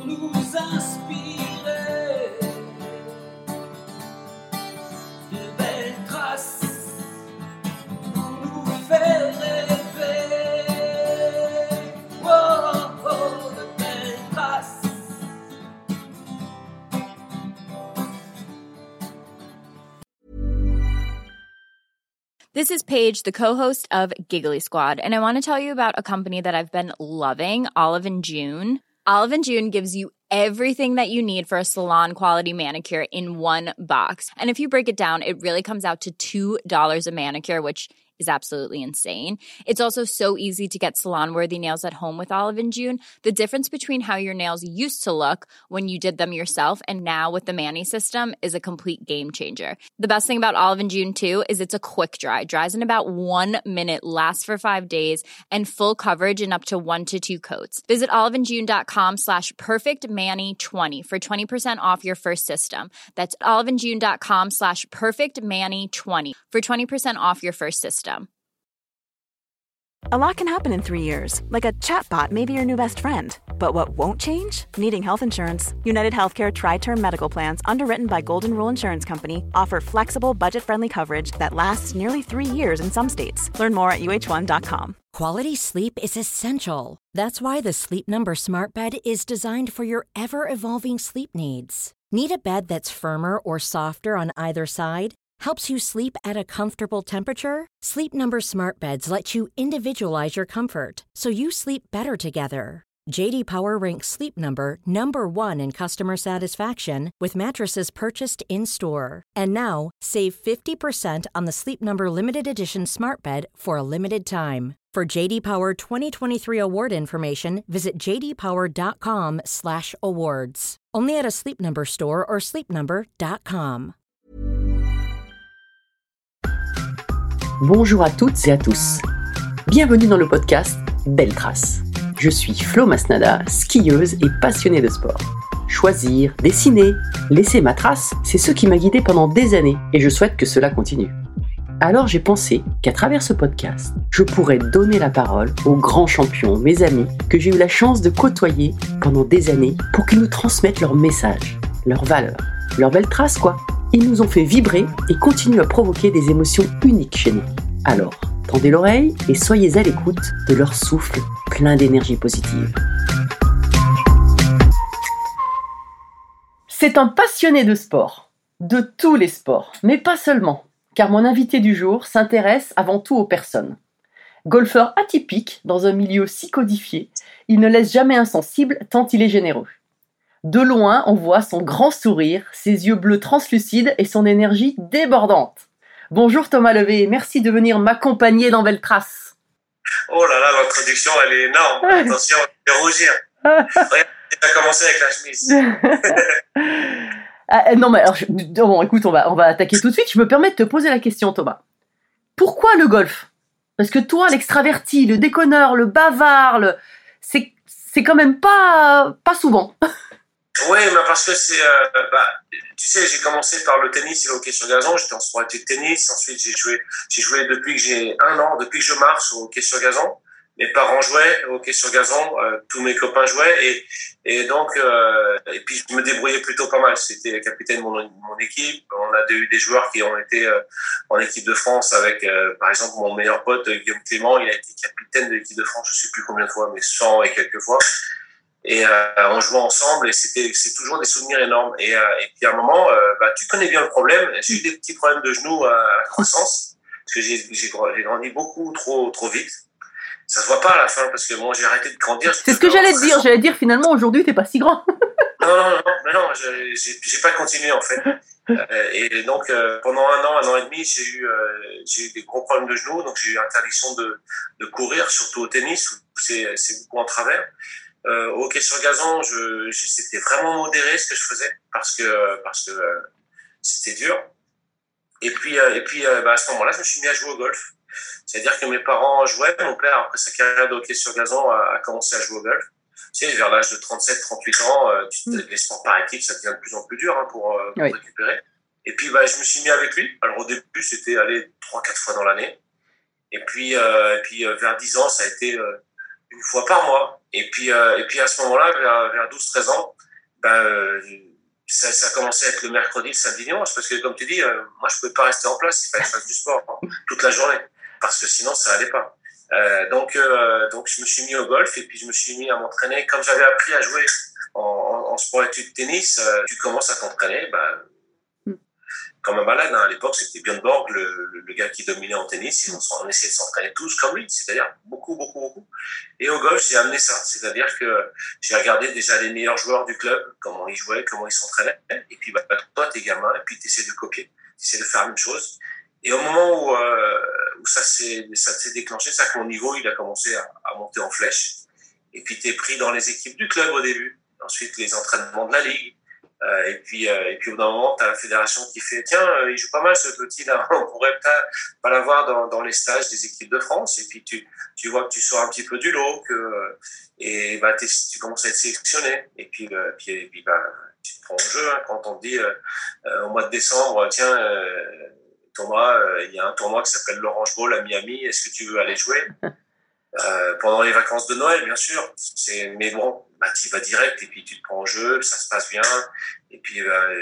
nous inspirer de belles traces pour nous faire rêver. Oh, oh, de belles traces. This is Paige, the co-host of Giggly Squad, and I want to tell you about a company that I've been loving, Olive & June. Olive & June gives you everything that you need for a salon-quality manicure in one box. And if you break it down, it really comes out to $2 a manicure, which is absolutely insane. It's also so easy to get salon-worthy nails at home with Olive & June. The difference between how your nails used to look when you did them yourself and now with the Mani system is a complete game changer. The best thing about Olive & June, too, is it's a quick dry. Dries in about 1 minute, lasts for 5 days, and full coverage in up to 1 to 2 coats. Visit oliveandjune.com/perfectmani20 for 20% off your first system. That's oliveandjune.com/perfectmani20 for 20% off your first system. A lot can happen in 3 years, like a chatbot may be your new best friend. But what won't change? Needing health insurance. United Healthcare Tri-Term Medical Plans, underwritten by Golden Rule Insurance Company, offer flexible, budget-friendly coverage that lasts nearly 3 years in some states. Learn more at uh1.com. Quality sleep is essential. That's why the Sleep Number Smart Bed is designed for your ever-evolving sleep needs. Need a bed that's firmer or softer on either side? Helps you sleep at a comfortable temperature? Sleep Number Smart Beds let you individualize your comfort, so you sleep better together. J.D. Power ranks Sleep Number number 1 in customer satisfaction with mattresses purchased in-store. And now, save 50% on the Sleep Number Limited Edition Smart Bed for a limited time. For J.D. Power 2023 award information, visit jdpower.com/awards. Only at a Sleep Number store or sleepnumber.com. Bonjour à toutes et à tous. Bienvenue dans le podcast Belles Traces. Je suis Flo Masnada, skieuse et passionnée de sport. Choisir, dessiner, laisser ma trace, c'est ce qui m'a guidée pendant des années et je souhaite que cela continue. Alors j'ai pensé qu'à travers ce podcast, je pourrais donner la parole aux grands champions, mes amis, que j'ai eu la chance de côtoyer pendant des années pour qu'ils nous transmettent leurs messages, leurs valeurs, leurs belles traces quoi. Ils nous ont fait vibrer et continuent à provoquer des émotions uniques chez nous. Alors, tendez l'oreille et soyez à l'écoute de leur souffle plein d'énergie positive. C'est un passionné de sport, de tous les sports, mais pas seulement, car mon invité du jour s'intéresse avant tout aux personnes. Golfeur atypique dans un milieu si codifié, il ne laisse jamais insensible tant il est généreux. De loin, on voit son grand sourire, ses yeux bleus translucides et son énergie débordante. Bonjour Thomas Levé, merci de venir m'accompagner dans Belles Traces. Oh là là, l'introduction elle est énorme. Attention, je vais rougir. Regarde, tu as commencé avec la chemise. Non mais alors, bon, écoute, on va attaquer tout de suite. Je me permets de te poser la question Thomas. Pourquoi le golf ? Parce que toi, l'extraverti, le déconneur, le bavard, c'est quand même pas souvent. Oui, mais parce que c'est... tu sais, j'ai commencé par le tennis et le hockey sur gazon. J'étais en sport études tennis. Ensuite, j'ai joué depuis que j'ai 1 an, depuis que je marche au hockey sur gazon. Mes parents jouaient au hockey sur gazon. Tous mes copains jouaient. Et donc... et puis, je me débrouillais plutôt pas mal. C'était le capitaine de mon équipe. On a eu des joueurs qui ont été en équipe de France avec, par exemple, mon meilleur pote, Guillaume Clément. Il a été capitaine de l'équipe de France, je sais plus combien de fois, mais 100 et quelques fois. Et on jouait ensemble et c'est toujours des souvenirs énormes. Et puis à un moment, tu connais bien le problème. J'ai eu des petits problèmes de genoux à la croissance parce que j'ai grandi beaucoup trop vite. Ça se voit pas à la fin parce que moi j'ai arrêté de grandir. C'est ce que j'allais te dire. J'allais dire finalement aujourd'hui t'es pas si grand. non, j'ai pas continué en fait. Et donc pendant 1 an et demi, j'ai eu des gros problèmes de genoux. Donc j'ai eu interdiction de courir, surtout au tennis où c'est beaucoup en travers. Au hockey sur gazon, c'était vraiment modéré ce que je faisais parce que c'était dur. Et puis à ce moment-là, je me suis mis à jouer au golf. C'est-à-dire que mes parents jouaient. Mon père, après sa carrière de hockey sur gazon, a commencé à jouer au golf. Tu sais, vers l'âge de 37-38 ans, les sports par équipe, ça devient de plus en plus dur pour récupérer. Et puis, je me suis mis avec lui. Alors, au début, c'était aller 3-4 fois dans l'année. Et puis vers 10 ans, ça a été une fois par mois. Et puis à ce moment-là, vers 12-13 ans, ça a commencé à être le mercredi, le samedi, dimanche, parce que comme tu dis, moi je pouvais pas rester en place, il fallait que je fasse du sport toute la journée, parce que sinon ça allait pas. Donc je me suis mis au golf et puis je me suis mis à m'entraîner. Comme j'avais appris à jouer en sport-études tennis, tu commences à t'entraîner, comme un malade. À l'époque, c'était Björn Borg, le gars qui dominait en tennis. On essayait de s'entraîner tous comme lui, c'est-à-dire beaucoup. Et au golf, j'ai amené ça. C'est-à-dire que j'ai regardé déjà les meilleurs joueurs du club, comment ils jouaient, comment ils s'entraînaient. Et puis, toi, t'es gamin, et puis t'essaies de copier, t'essaies de faire la même chose. Et au moment où ça s'est déclenché, c'est que mon niveau, il a commencé à monter en flèche. Et puis, t'es pris dans les équipes du club au début. Ensuite, les entraînements de la ligue. Et puis au bout d'un moment, tu as la fédération qui fait tiens, il joue pas mal ce petit-là, on pourrait peut-être pas l'avoir dans les stages des équipes de France. Et puis tu vois que tu sors un petit peu du lot, et tu commences à être sélectionné. Et puis tu te prends au jeu, hein, quand on te dit au mois de décembre, tiens, Thomas, il y a un tournoi qui s'appelle l'Orange Bowl à Miami, est-ce que tu veux aller jouer? Pendant les vacances de Noël, bien sûr. Mais bon, tu y vas direct et puis tu te prends au jeu, ça se passe bien. Et puis,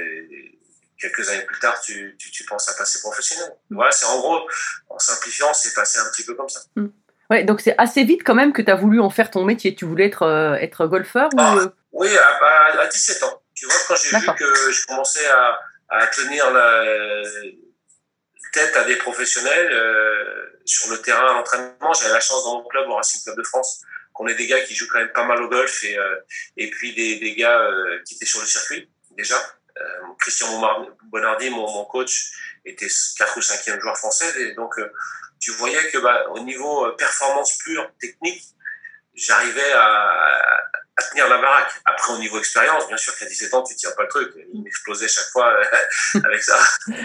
quelques années plus tard, tu penses à passer professionnel. Voilà, c'est en gros, en simplifiant, c'est passé un petit peu comme ça. Ouais, donc c'est assez vite quand même que tu as voulu en faire ton métier. Tu voulais être golfeur Oui, à 17 ans. Tu vois, quand j'ai vu que je commençais à tenir la tête à des professionnels sur le terrain à l'entraînement, j'avais la chance dans mon club, au Racing Club de France, qu'on ait des gars qui jouent quand même pas mal au golf et puis des gars qui étaient sur le circuit déjà. Christian Bonardi, mon coach, était 4 ou 5e joueur français, et donc tu voyais que au niveau performance pure, technique, j'arrivais à tenir la baraque. Après, au niveau expérience, bien sûr qu'à 17 ans, tu ne tiens pas le truc. Il m'explosait chaque fois avec ça.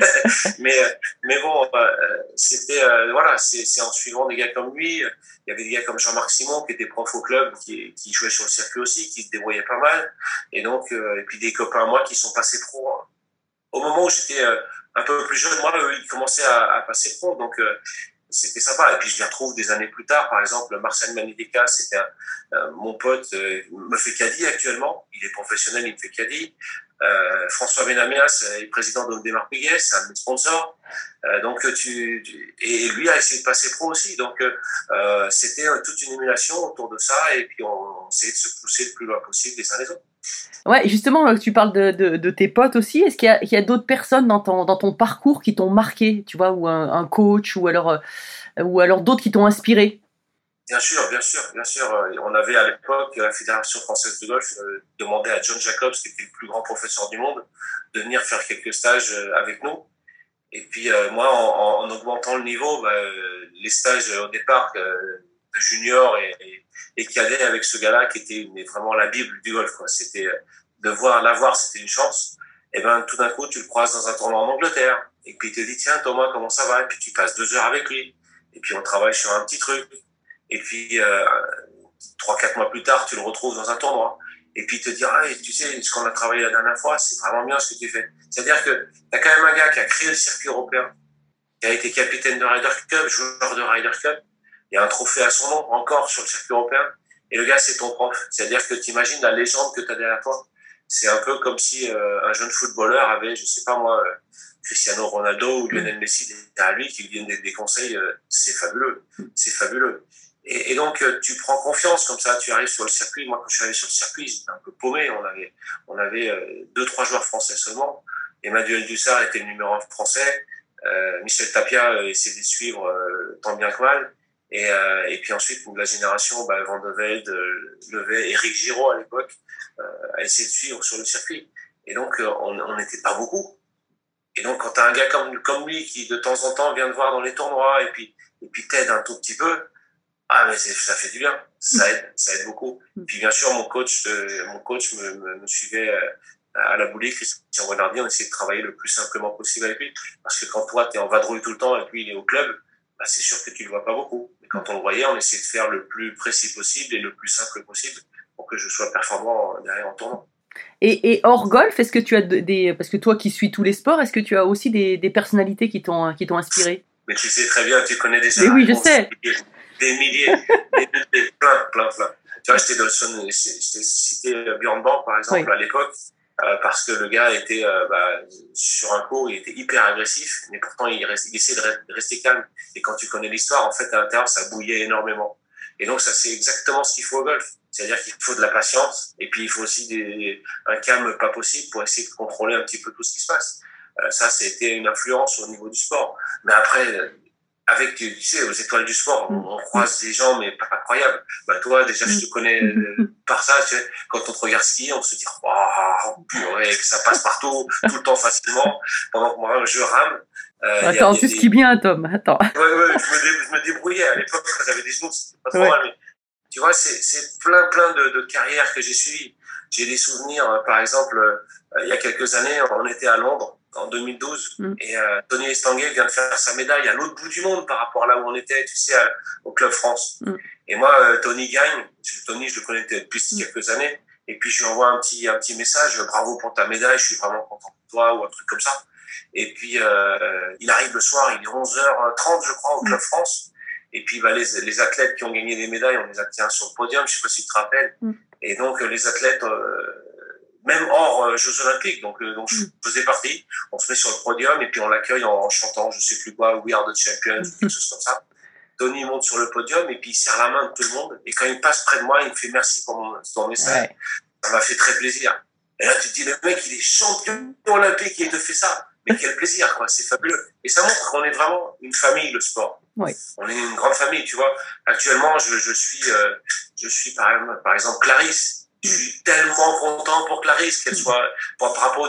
mais bon, c'était, voilà, c'est en suivant des gars comme lui. Il y avait des gars comme Jean-Marc Simon qui était prof au club, qui jouait sur le circuit aussi, qui se débrouillait pas mal. Et donc, et puis des copains à moi qui sont passés pro. Au moment où j'étais un peu plus jeune, moi, eux, ils commençaient à passer pro. Donc, c'était sympa. Et puis je les retrouve des années plus tard. Par exemple, Marcel Manideka, c'était mon pote, me fait caddie actuellement. Il est professionnel, il me fait caddie. François Benamias est président d'Ondemar Piguet, c'est un de mes sponsors. Donc et lui a essayé de passer pro aussi. Donc c'était toute une émulation autour de ça. Et puis on essayait de se pousser le plus loin possible les uns les autres. Ouais, justement, tu parles de tes potes aussi. Est-ce qu'il y a d'autres personnes dans ton parcours qui t'ont marqué, tu vois, ou un coach, ou alors d'autres qui t'ont inspiré? Bien sûr. On avait à l'époque, la Fédération française de golf demandé à John Jacobs, qui était le plus grand professeur du monde, de venir faire quelques stages avec nous. Et puis moi, en augmentant le niveau, les stages au départ de junior et cadet avec ce gars-là qui était vraiment la Bible du golf, quoi. C'était l'avoir, c'était une chance. Et tout d'un coup, tu le croises dans un tournoi en Angleterre. Et puis il te dit, tiens Thomas, comment ça va? Et puis tu passes 2 heures avec lui. Et puis on travaille sur un petit truc. Et puis 3-4 mois plus tard, tu le retrouves dans un tournoi. Et puis il te dit, tu sais, ce qu'on a travaillé la dernière fois, c'est vraiment bien ce que tu fais. C'est-à-dire que t'as quand même un gars qui a créé le circuit européen, qui a été capitaine de Ryder Cup, joueur de Ryder Cup. Il y a un trophée à son nom encore sur le circuit européen. Et le gars, c'est ton prof. C'est-à-dire que tu imagines la légende que tu as derrière toi. C'est un peu comme si un jeune footballeur avait, je sais pas moi, Cristiano Ronaldo ou Lionel Messi derrière lui qui lui donne des conseils. C'est fabuleux. Et donc, tu prends confiance comme ça. Tu arrives sur le circuit. Moi, quand je suis arrivé sur le circuit, j'étais un peu paumé. On avait 2-3 joueurs français seulement. Emmanuel Dussard était le numéro 1 français. Michel Tapia essayait de suivre tant bien que mal. Et puis ensuite, la génération, Van de Velde, Levet, Éric Giraud à l'époque, a essayé de suivre sur le circuit. Et donc, on n'était pas beaucoup. Et donc, quand tu as un gars comme lui qui, de temps en temps, vient te voir dans les tournois et puis t'aide un tout petit peu, mais ça fait du bien. Ça aide beaucoup. Puis bien sûr, mon coach me suivait à la boulée, Christian Bonardi. On essayait de travailler le plus simplement possible avec lui. Parce que quand toi, tu es en vadrouille tout le temps et que lui, il est au club, c'est sûr que tu le vois pas beaucoup. Mais quand on le voyait, on essayait de faire le plus précis possible et le plus simple possible pour que je sois performant derrière en tournant. Et hors golf, est-ce que tu as parce que toi qui suis tous les sports, est-ce que tu as aussi des personnalités qui t'ont inspiré? Mais tu sais très bien, tu connais déjà. Mais oui, je sais. Des milliers. plein. Tu vois, j'étais cité Björn Borg, par exemple, à l'époque, parce que le gars était, sur un coup, il était hyper agressif, mais pourtant, il essayait de rester calme. Et quand tu connais l'histoire, en fait, à l'intérieur, ça bouillait énormément. Et donc, ça, c'est exactement ce qu'il faut au golf. C'est-à-dire qu'il faut de la patience, et puis il faut aussi un calme pas possible pour essayer de contrôler un petit peu tout ce qui se passe. Ça, c'était une influence au niveau du sport. Mais après, avec, tu sais, aux étoiles du sport, on croise des gens, mais pas incroyables. Toi, déjà, je te connais par ça, tu sais, quand on te regarde skier, on se dit, waouh, purée, que ça passe partout, tout le temps facilement, pendant que moi, je rame. Attends, tu skis bien, Tom, attends. Ouais, je me débrouillais. À l'époque, quand j'avais des genoux, c'était pas trop mal, mais tu vois, c'est plein de carrières que j'ai suivies. J'ai des souvenirs, par exemple, il y a quelques années, on était à Londres, en 2012, et Tony Estanguet vient de faire sa médaille à l'autre bout du monde par rapport à là où on était, tu sais, au Club France. Et moi, Tony gagne. Tony, je le connais depuis quelques années. Et puis, je lui envoie un petit message, bravo pour ta médaille, je suis vraiment content pour toi, ou un truc comme ça. Et puis, il arrive le soir, il est 11h30, je crois, au Club France. Et puis, les athlètes qui ont gagné des médailles, on les a tient sur le podium, je sais pas si tu te rappelles. Et donc, les athlètes, même hors Jeux Olympiques, donc je faisais partie, on se met sur le podium et puis on l'accueille en chantant, je sais plus quoi, We Are the Champions, quelque chose comme ça. Tony monte sur le podium et puis il serre la main de tout le monde. Et quand il passe près de moi, il me fait merci pour ton message. Ouais. Ça m'a fait très plaisir. Et là, tu te dis, le mec, il est champion olympique et il te fait ça. Mais quel plaisir, quoi, c'est fabuleux. Et ça montre qu'on est vraiment une famille, le sport. Oui. On est une grande famille, tu vois. Actuellement, je suis par exemple Clarisse. Je suis tellement content pour Clarisse qu'elle soit porte-drapeau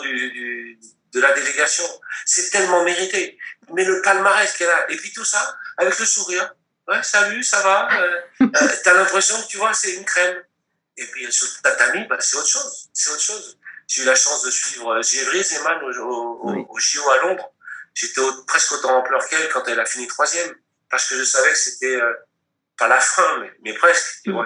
de la délégation. C'est tellement mérité. Mais le palmarès qu'elle a, et puis tout ça, avec le sourire. Ouais, salut, ça va. T'as l'impression que tu vois, c'est une crème. Et puis sur le tatami, c'est autre chose. C'est autre chose. J'ai eu la chance de suivre Gévry Zeman au JO à Londres. J'étais presque autant en pleurs qu'elle quand elle a fini 3e. Parce que je savais que c'était pas la fin, mais presque. Tu vois,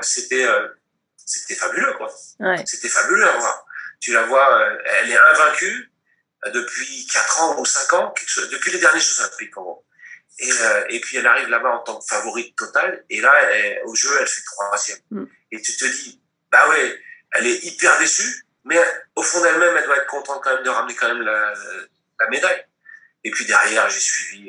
c'était fabuleux, quoi. Ouais. C'était fabuleux à voir. Tu la vois, elle est invaincue depuis 4 ans ou 5 ans, depuis les derniers Jeux Olympiques, en gros. Et puis elle arrive là-bas en tant que favorite totale, et là, au jeu, elle fait 3e. Et tu te dis, bah ouais, elle est hyper déçue, mais au fond d'elle-même, elle doit être contente quand même de ramener quand même la médaille. Et puis derrière, j'ai suivi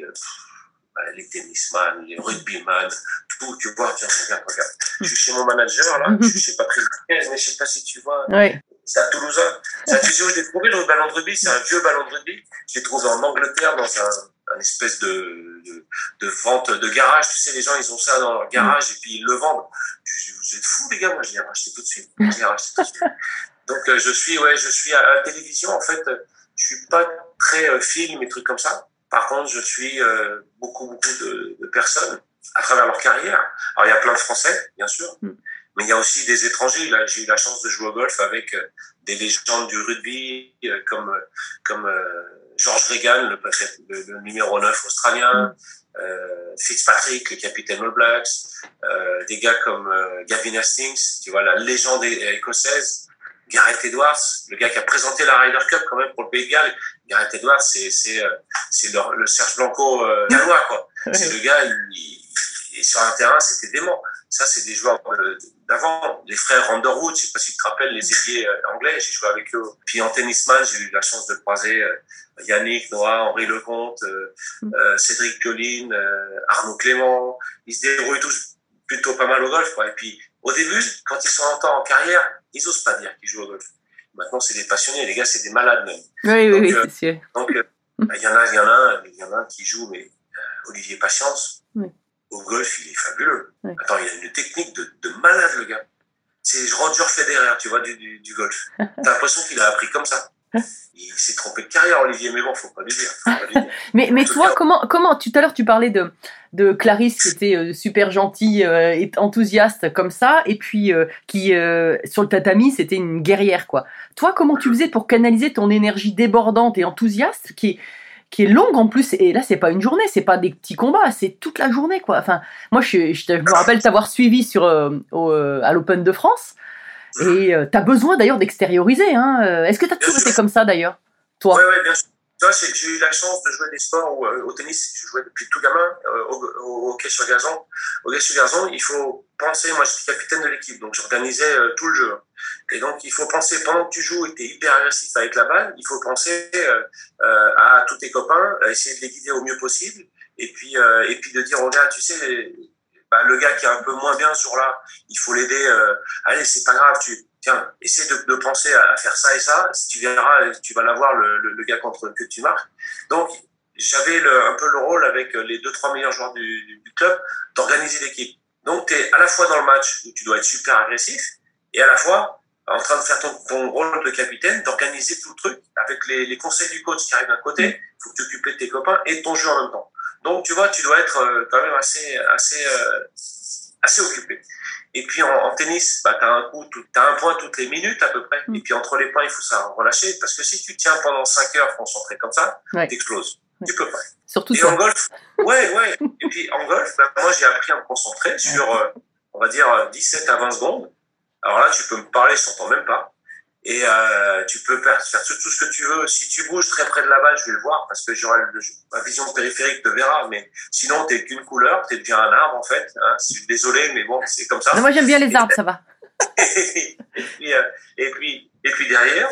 les tennisman, les rugbyman, tout, tu vois, tiens, regarde. Je suis chez mon manager, là, je suis chez Patrick Marquez, mais je sais pas si tu vois. Oui. C'est à Toulouse. Tu sais où je l'ai trouvé, le ballon de rugby? C'est un vieux ballon de rugby. Je l'ai trouvé en Angleterre, dans un espèce de vente de garage. Tu sais, les gens, ils ont ça dans leur garage, et puis ils le vendent. Vous êtes fous, les gars? Moi, je l'ai racheté tout de suite. Donc, je suis à la télévision, en fait, je suis pas très film et trucs comme ça. Par contre, je suis beaucoup de personnes à travers leur carrière. Alors, il y a plein de Français, bien sûr, mais il y a aussi des étrangers. Là, j'ai eu la chance de jouer au golf avec des légendes du rugby comme George Regan, le numéro 9 australien, Fitzpatrick, le capitaine All Blacks, des gars comme Gavin Hastings, tu vois, la légende écossaise. Gareth Edwards, le gars qui a présenté la Ryder Cup quand même pour le Pays de Galles. Gareth Edwards, c'est le Serge Blanco gallois, quoi. C'est le gars, et sur un terrain, c'était dément. Ça, c'est des joueurs d'avant. Les frères Underwood, je sais pas si tu te rappelles, les ailiers anglais, j'ai joué avec eux. Puis en tennisman, j'ai eu la chance de croiser Yannick Noah, Henri Lecomte, Cédric Pioline, Arnaud Clément. Ils se débrouillent tous plutôt pas mal au golf, quoi. Et puis, au début, quand ils sont en carrière, ils osent pas dire qu'ils jouent au golf. Maintenant, c'est des passionnés, les gars, c'est des malades même. Oui, c'est sûr. Donc, il y en a un qui joue, mais Olivier Patience, au golf, il est fabuleux. Oui. Attends, il a une technique de malade, le gars. C'est Roger Federer, tu vois, du golf. T'as l'impression qu'il a appris comme ça. Il s'est trompé de carrière, Olivier, mais bon, faut pas lui dire. mais toi, comment tout à l'heure tu parlais de Clarisse qui était super gentille et enthousiaste comme ça, et puis qui sur le tatami c'était une guerrière, quoi. Toi, comment tu faisais pour canaliser ton énergie débordante et enthousiaste qui est longue en plus, et là c'est pas une journée, c'est pas des petits combats, c'est toute la journée, quoi. Enfin, moi je me rappelle t'avoir suivi à l'Open de France. Et t'as besoin d'ailleurs d'extérioriser, hein. Est-ce que t'as toujours été comme ça d'ailleurs, toi? Ouais, bien sûr. Tu vois, j'ai eu la chance de jouer des sports où, au tennis, je jouais depuis tout gamin, au hockey sur gazon. Au hockey sur gazon, il faut penser, moi j'étais capitaine de l'équipe, donc j'organisais tout le jeu. Et donc il faut penser, pendant que tu joues et que tu es hyper agressif avec la balle, il faut penser à tous tes copains, à essayer de les guider au mieux possible, et puis de dire au gars, tu sais, le gars qui est un peu moins bien ce jour-là, il faut l'aider, allez, c'est pas grave, tiens, essaie de penser à faire ça et ça, si tu verras, tu vas l'avoir le gars contre que tu marques. Donc, j'avais un peu le rôle avec les 2-3 meilleurs joueurs du club d'organiser l'équipe. Donc, tu es à la fois dans le match où tu dois être super agressif et à la fois en train de faire ton rôle de capitaine, d'organiser tout le truc avec les conseils du coach qui arrivent d'un côté, il faut que tu t'occupes de tes copains et de ton jeu en même temps. Donc, tu vois, tu dois être quand même assez occupé. Et puis en tennis, t'as un point toutes les minutes à peu près. Et puis entre les points, il faut ça relâcher. Parce que si tu tiens pendant 5 heures concentré comme ça, t'exploses. Tu peux pas. Surtout et ça. En golf, ouais. Et puis en golf, moi j'ai appris à me concentrer sur, on va dire, 17 à 20 secondes. Alors là, tu peux me parler, je t'entends même pas. Et tu peux faire tout ce que tu veux. Si tu bouges très près de la balle, je vais le voir parce que ma vision périphérique te verra. Mais sinon, t'es qu'une couleur, t'es déjà un arbre en fait. Hein. Je suis désolé, mais bon, c'est comme ça. Non, moi, j'aime bien les arbres, ça va. et puis derrière,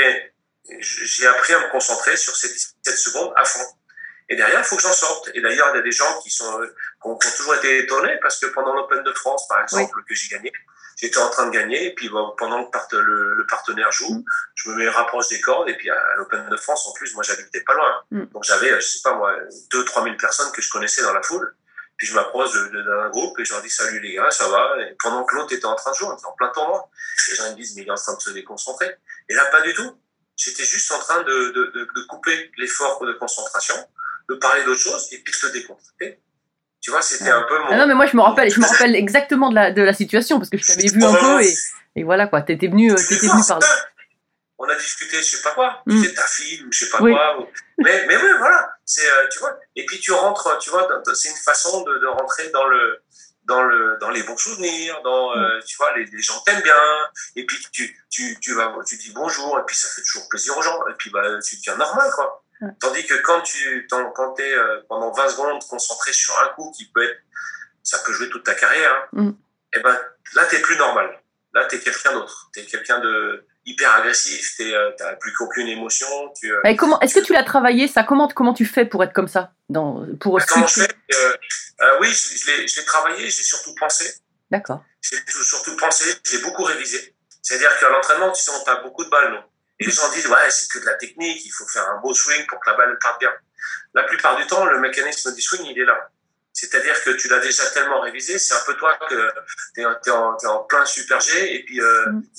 j'ai appris à me concentrer sur ces 17 secondes à fond. Et derrière, il faut que j'en sorte. Et d'ailleurs, il y a des gens qui ont toujours été étonnés parce que pendant l'Open de France, par exemple, que j'ai gagné, j'étais en train de gagner, et puis pendant que le partenaire joue, je me rapproche des cordes, et puis à l'Open de France, en plus, moi, j'habitais pas loin. Donc j'avais, je sais pas moi, 2-3 000 personnes que je connaissais dans la foule. Puis je m'approche d'un groupe, et je leur dis, salut les gars, ça va? Et pendant que l'autre était en train de jouer, on était en plein tournoi. Les gens me disent, mais il est en train de se déconcentrer. Et là, pas du tout. J'étais juste en train de couper l'effort de concentration, de parler d'autre chose, et puis de se déconcentrer. Tu vois, c'était un peu mon... Ah non, mais moi, je me rappelle exactement de la situation, parce que je t'avais vu un peu, et voilà, quoi, t'étais venu parler. On a discuté, je sais pas quoi, c'était ta fille, ou je sais pas quoi, mais oui, voilà, c'est, tu vois, et puis tu rentres, tu vois, c'est une façon de rentrer dans les bons souvenirs, tu vois, les gens t'aiment bien, et puis tu dis bonjour, et puis ça fait toujours plaisir aux gens, et puis tu deviens normal, quoi. Tandis que quand t'es pendant 20 secondes concentré sur un coup ça peut jouer toute ta carrière, et là t'es plus normal. Là t'es quelqu'un d'autre. T'es quelqu'un de hyper agressif. T'as plus qu'aucune émotion. Est-ce que tu l'as travaillé ça? Comment tu fais pour être comme ça? Comment je fais? Oui, je l'ai travaillé. J'ai surtout pensé. D'accord. J'ai surtout pensé. J'ai beaucoup révisé. C'est-à-dire qu'à l'entraînement, tu sais, on tape beaucoup de balles, non? Et les gens disent, ouais, c'est que de la technique, il faut faire un beau swing pour que la balle parte bien. La plupart du temps, le mécanisme du swing, il est là. C'est-à-dire que tu l'as déjà tellement révisé, c'est un peu toi que t'es en plein super G, et puis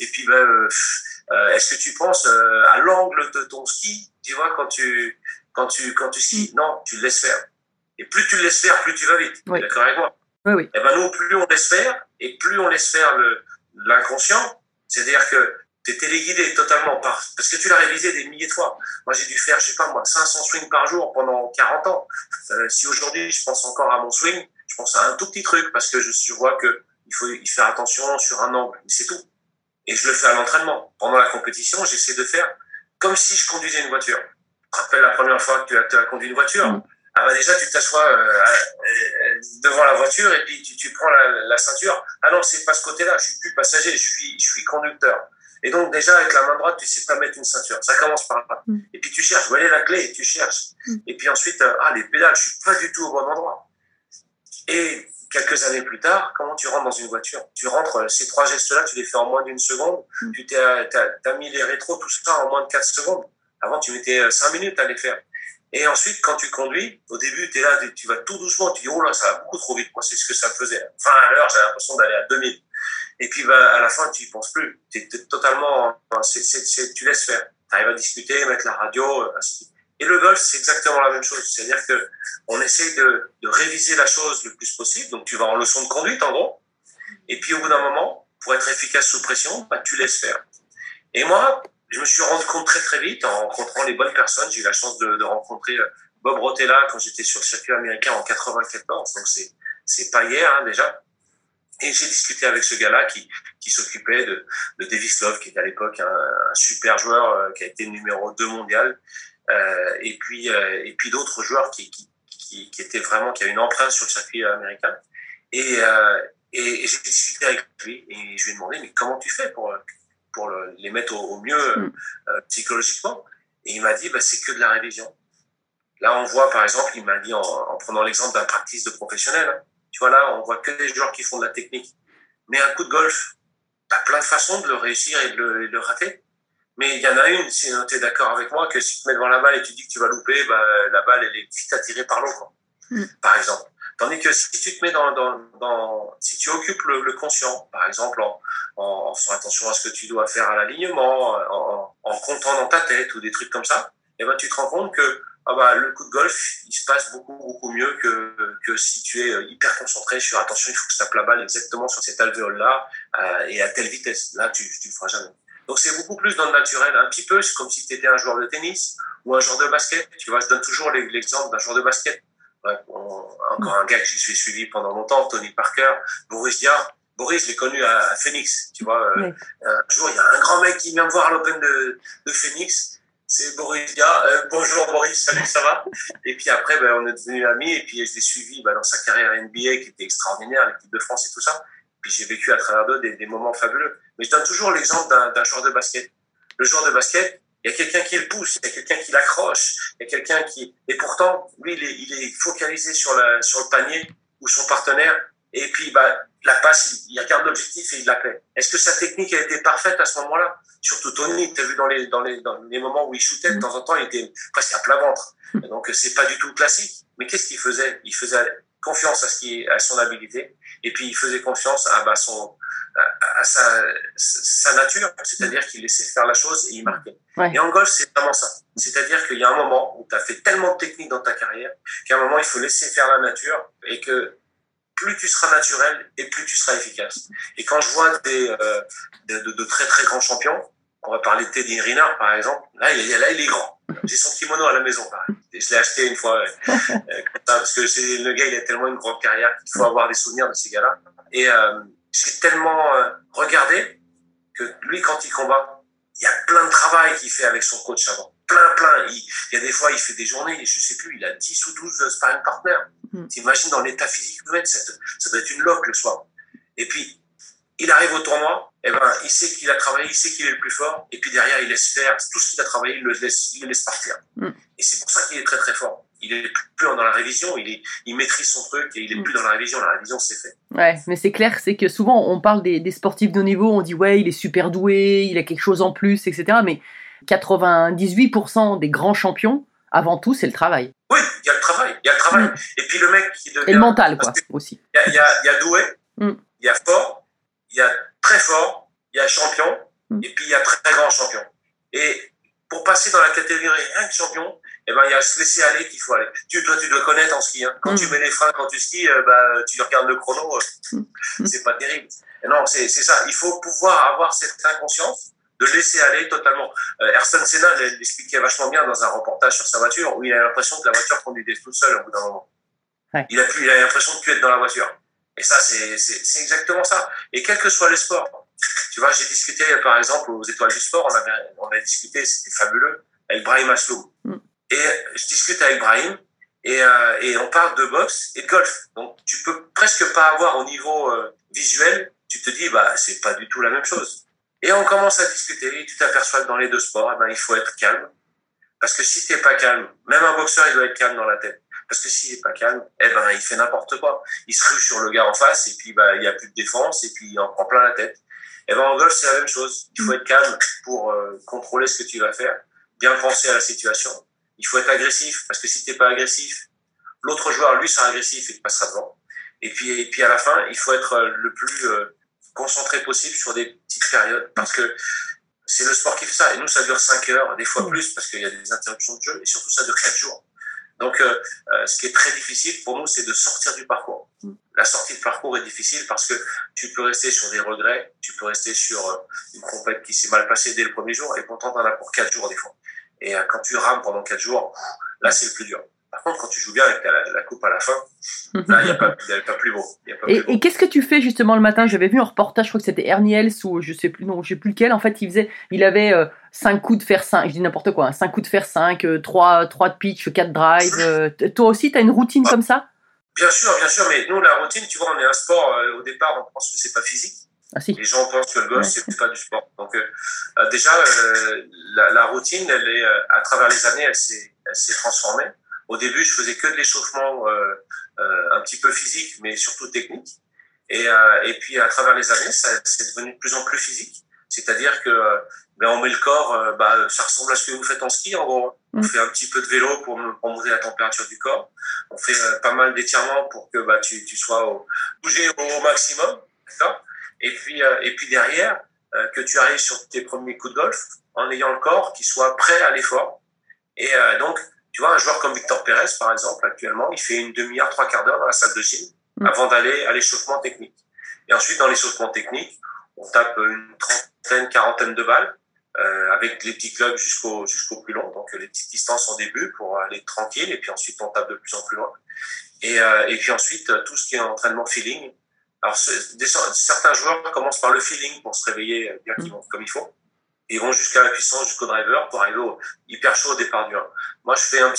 est-ce que tu penses à l'angle de ton ski, tu vois, quand tu skis? Non, tu le laisses faire. Et plus tu le laisses faire, plus tu vas vite. Oui. D'accord avec moi? Oui. Et nous, plus on laisse faire, et plus on laisse faire l'inconscient, c'est-à-dire que t'es téléguidé totalement parce que tu l'as révisé des milliers de fois. Moi, j'ai dû faire, je sais pas moi, 500 swings par jour pendant 40 ans. Si aujourd'hui, je pense encore à mon swing, je pense à un tout petit truc parce que je vois que il faut y faire attention sur un angle, mais c'est tout. Et je le fais à l'entraînement. Pendant la compétition, j'essaie de faire comme si je conduisais une voiture. Tu te rappelles la première fois que tu as conduit une voiture? Déjà, tu t'assois devant la voiture et puis tu prends la ceinture. Ah non, c'est pas ce côté-là, je suis plus passager, je suis conducteur. Et donc, déjà, avec la main droite, tu sais pas mettre une ceinture. Ça commence par là. Et puis, tu cherches. Où est la clé? Et tu cherches. Et puis ensuite, les pédales, je suis pas du tout au bon endroit. Et quelques années plus tard, comment tu rentres dans une voiture? Tu rentres, ces 3 gestes-là, tu les fais en moins d'1 seconde. T'as mis les rétros, tout ça, en moins de 4 secondes. Avant, tu mettais 5 minutes à les faire. Et ensuite, quand tu conduis, au début, t'es là, tu vas tout doucement. Tu dis, oh là, ça va beaucoup trop vite. Moi, c'est ce que ça me faisait. Enfin, à l'heure, j'avais l'impression d'aller à 2000. Et puis, à la fin, tu y penses plus. T'es totalement, tu laisses faire. T'arrives à discuter, mettre la radio, ainsi de suite. Et le golf, c'est exactement la même chose. C'est-à-dire que on essaie de réviser la chose le plus possible. Donc, tu vas en leçon de conduite, en gros. Et puis, au bout d'un moment, pour être efficace sous pression, tu laisses faire. Et moi, je me suis rendu compte très, très vite en rencontrant les bonnes personnes. J'ai eu la chance de rencontrer Bob Rotella quand j'étais sur le circuit américain en 94. Donc, c'est pas hier, déjà. Et j'ai discuté avec ce gars-là qui s'occupait de Davis Love, qui était à l'époque un super joueur, qui a été numéro 2 mondial. et puis d'autres joueurs qui étaient vraiment, qui avaient une empreinte sur le circuit américain. Et j'ai discuté avec lui et je lui ai demandé, mais comment tu fais pour les mettre au mieux psychologiquement? Et il m'a dit, c'est que de la révision. Là, on voit, par exemple, il m'a dit, en prenant l'exemple d'un practice de professionnel, hein, tu vois, là, on voit que des joueurs qui font de la technique. Mais un coup de golf, tu as plein de façons de le réussir et de le rater. Mais il y en a une, si tu es d'accord avec moi, que si tu te mets devant la balle et tu dis que tu vas louper, la balle, elle est vite attirée par l'eau, quoi. Par exemple. Tandis que si tu te mets si tu occupes le conscient, par exemple, en faisant attention à ce que tu dois faire à l'alignement, en comptant dans ta tête ou des trucs comme ça, et tu te rends compte que le coup de golf, il se passe beaucoup, beaucoup mieux que si tu es hyper concentré sur attention, il faut que je tape la balle exactement sur cet alvéole-là, et à telle vitesse. Là, tu le feras jamais. Donc, c'est beaucoup plus dans le naturel. Un petit peu, c'est comme si tu étais un joueur de tennis ou un joueur de basket. Tu vois, je donne toujours l'exemple d'un joueur de basket. Ouais, encore un gars que j'ai suivi pendant longtemps, Tony Parker, Boris Dia. Boris, je l'ai connu à Phoenix, tu vois. Oui. Un jour, il y a un grand mec qui vient me voir à l'Open de Phoenix. C'est Boris Dia. Bonjour Boris, salut, ça va? Et puis après, on est devenus amis et puis je l'ai suivi dans sa carrière NBA qui était extraordinaire, l'équipe de France et tout ça. Puis j'ai vécu à travers d'eux des moments fabuleux. Mais je donne toujours l'exemple d'un joueur de basket. Le joueur de basket, il y a quelqu'un qui le pousse, il y a quelqu'un qui l'accroche, il y a quelqu'un qui... Et pourtant, lui, il est focalisé sur le panier ou son partenaire. Et puis, la passe, il regarde l'objectif et il l'appelle. Est-ce que sa technique a été parfaite à ce moment-là? Surtout Tony, tu as vu dans les moments où il shootait, de temps en temps, il était presque à plat ventre. Et donc, c'est pas du tout classique. Mais qu'est-ce qu'il faisait? Il faisait confiance à son habilité. Et puis, il faisait confiance à sa nature. C'est-à-dire qu'il laissait faire la chose et il marquait. Ouais. Et en golf, c'est vraiment ça. C'est-à-dire qu'il y a un moment où tu as fait tellement de techniques dans ta carrière qu'à un moment, il faut laisser faire la nature et que plus tu seras naturel et plus tu seras efficace. Et quand je vois de très très grands champions, on va parler de Teddy Riner par exemple, là il est grand. J'ai son kimono à la maison, pareil. Et je l'ai acheté une fois comme ça, parce que le gars il a tellement une grande carrière qu'il faut avoir des souvenirs de ces gars-là. Et j'ai tellement regardé que lui quand il combat, il y a plein de travail qu'il fait avec son coach avant. Plein. Il y a des fois, il fait des journées, je sais plus, il a 10 ou 12 sparring partners. T'imagines dans l'état physique de ça doit être une loque le soir. Et puis, il arrive au tournoi, il sait qu'il a travaillé, il sait qu'il est le plus fort, et puis derrière, il laisse faire tout ce qu'il a travaillé, il le laisse partir. Et c'est pour ça qu'il est très très fort. Il est plus dans la révision, il maîtrise son truc et il est plus dans la révision c'est fait. Ouais, mais c'est clair, c'est que souvent on parle des sportifs de haut niveau, on dit ouais, il est super doué, il a quelque chose en plus, etc. Mais 98% des grands champions, avant tout, c'est le travail. Oui, il y a le travail. Et puis le mec qui devient... Et le mental, quoi, aussi. Il y a doué, il y a fort, il y a très fort, il y a champion, et puis il y a très grand champion. Et pour passer dans la catégorie rien que champion, il y a se laisser aller qu'il faut aller. Toi, tu dois connaître en ski. Hein. Quand tu mets les freins, quand tu skis, tu regardes le chrono, c'est pas terrible. Et non, c'est ça. Il faut pouvoir avoir cette inconscience de laisser aller totalement. Ayrton Senna l'expliquait vachement bien dans un reportage sur sa voiture où il a l'impression que la voiture conduisait toute seule au bout d'un moment. Ouais. Il a l'impression de plus être dans la voiture. Et ça, c'est exactement ça. Et quels que soient les sports. Tu vois, j'ai discuté, par exemple, aux Étoiles du Sport, on a discuté, c'était fabuleux, avec Brahim Asloum. Et je discute avec Brahim et on parle de boxe et de golf. Donc, tu peux presque pas avoir au niveau visuel, tu te dis, c'est pas du tout la même chose. Et on commence à discuter, et tu t'aperçois que dans les deux sports, il faut être calme. Parce que si t'es pas calme, même un boxeur, il doit être calme dans la tête. Parce que s'il est pas calme, il fait n'importe quoi. Il se rue sur le gars en face, et puis, il y a plus de défense, et puis il en prend plein la tête. En golf, c'est la même chose. Il faut être calme pour contrôler ce que tu vas faire, bien penser à la situation. Il faut être agressif, parce que si t'es pas agressif, l'autre joueur, lui, sera agressif et te passera devant. Et puis à la fin, il faut être le plus concentré possible sur des petites périodes, parce que c'est le sport qui fait ça. Et nous, ça dure 5 heures, des fois plus, parce qu'il y a des interruptions de jeu, et surtout, ça dure 4 jours. Donc, ce qui est très difficile pour nous, c'est de sortir du parcours. La sortie de parcours est difficile parce que tu peux rester sur des regrets, tu peux rester sur une compète qui s'est mal passée dès le premier jour, et pourtant, t'en as pour 4 jours des fois. Et quand tu rames pendant 4 jours, là, c'est le plus dur. Par contre, quand tu joues bien avec la coupe à la fin, là, il n'y a pas plus beau. Et qu'est-ce que tu fais justement le matin? J'avais vu un reportage, je crois que c'était Ernie Els ou je sais plus lequel. En fait, il avait 5 coups de fer 5, je dis n'importe quoi, 5 coups de fer 5, 3 de pitch, 4 drive. Toi aussi, tu as une routine comme ça? Bien sûr, mais nous, la routine, tu vois, on est un sport, au départ, on pense que c'est pas physique. Ah, si. Les gens pensent que le golf, c'est pas du sport. Donc, déjà, la routine, elle est, à travers les années, elle s'est transformée. Au début, je faisais que de l'échauffement un petit peu physique, mais surtout technique. Et puis, à travers les années, c'est devenu de plus en plus physique. C'est-à-dire que on met le corps, ça ressemble à ce que vous faites en ski, en gros. On fait un petit peu de vélo pour monter la température du corps. On fait pas mal d'étirements pour que tu sois bougé au maximum. D'accord ? Et puis derrière, que tu arrives sur tes premiers coups de golf en ayant le corps qui soit prêt à l'effort. Et donc, tu vois, un joueur comme Victor Pérez, par exemple, actuellement, il fait une demi-heure, 3/4 d'heure dans la salle de gym avant d'aller à l'échauffement technique. Et ensuite, dans l'échauffement technique, on tape une trentaine, quarantaine de balles avec les petits clubs jusqu'au plus long. Donc, les petites distances en début pour aller tranquille. Et puis ensuite, on tape de plus en plus loin. Et puis ensuite, tout ce qui est entraînement feeling. Alors, certains joueurs commencent par le feeling pour se réveiller bien comme il faut. Ils vont jusqu'à la puissance, jusqu'au driver pour arriver hyper chaud au départ du 1. Moi, je fais un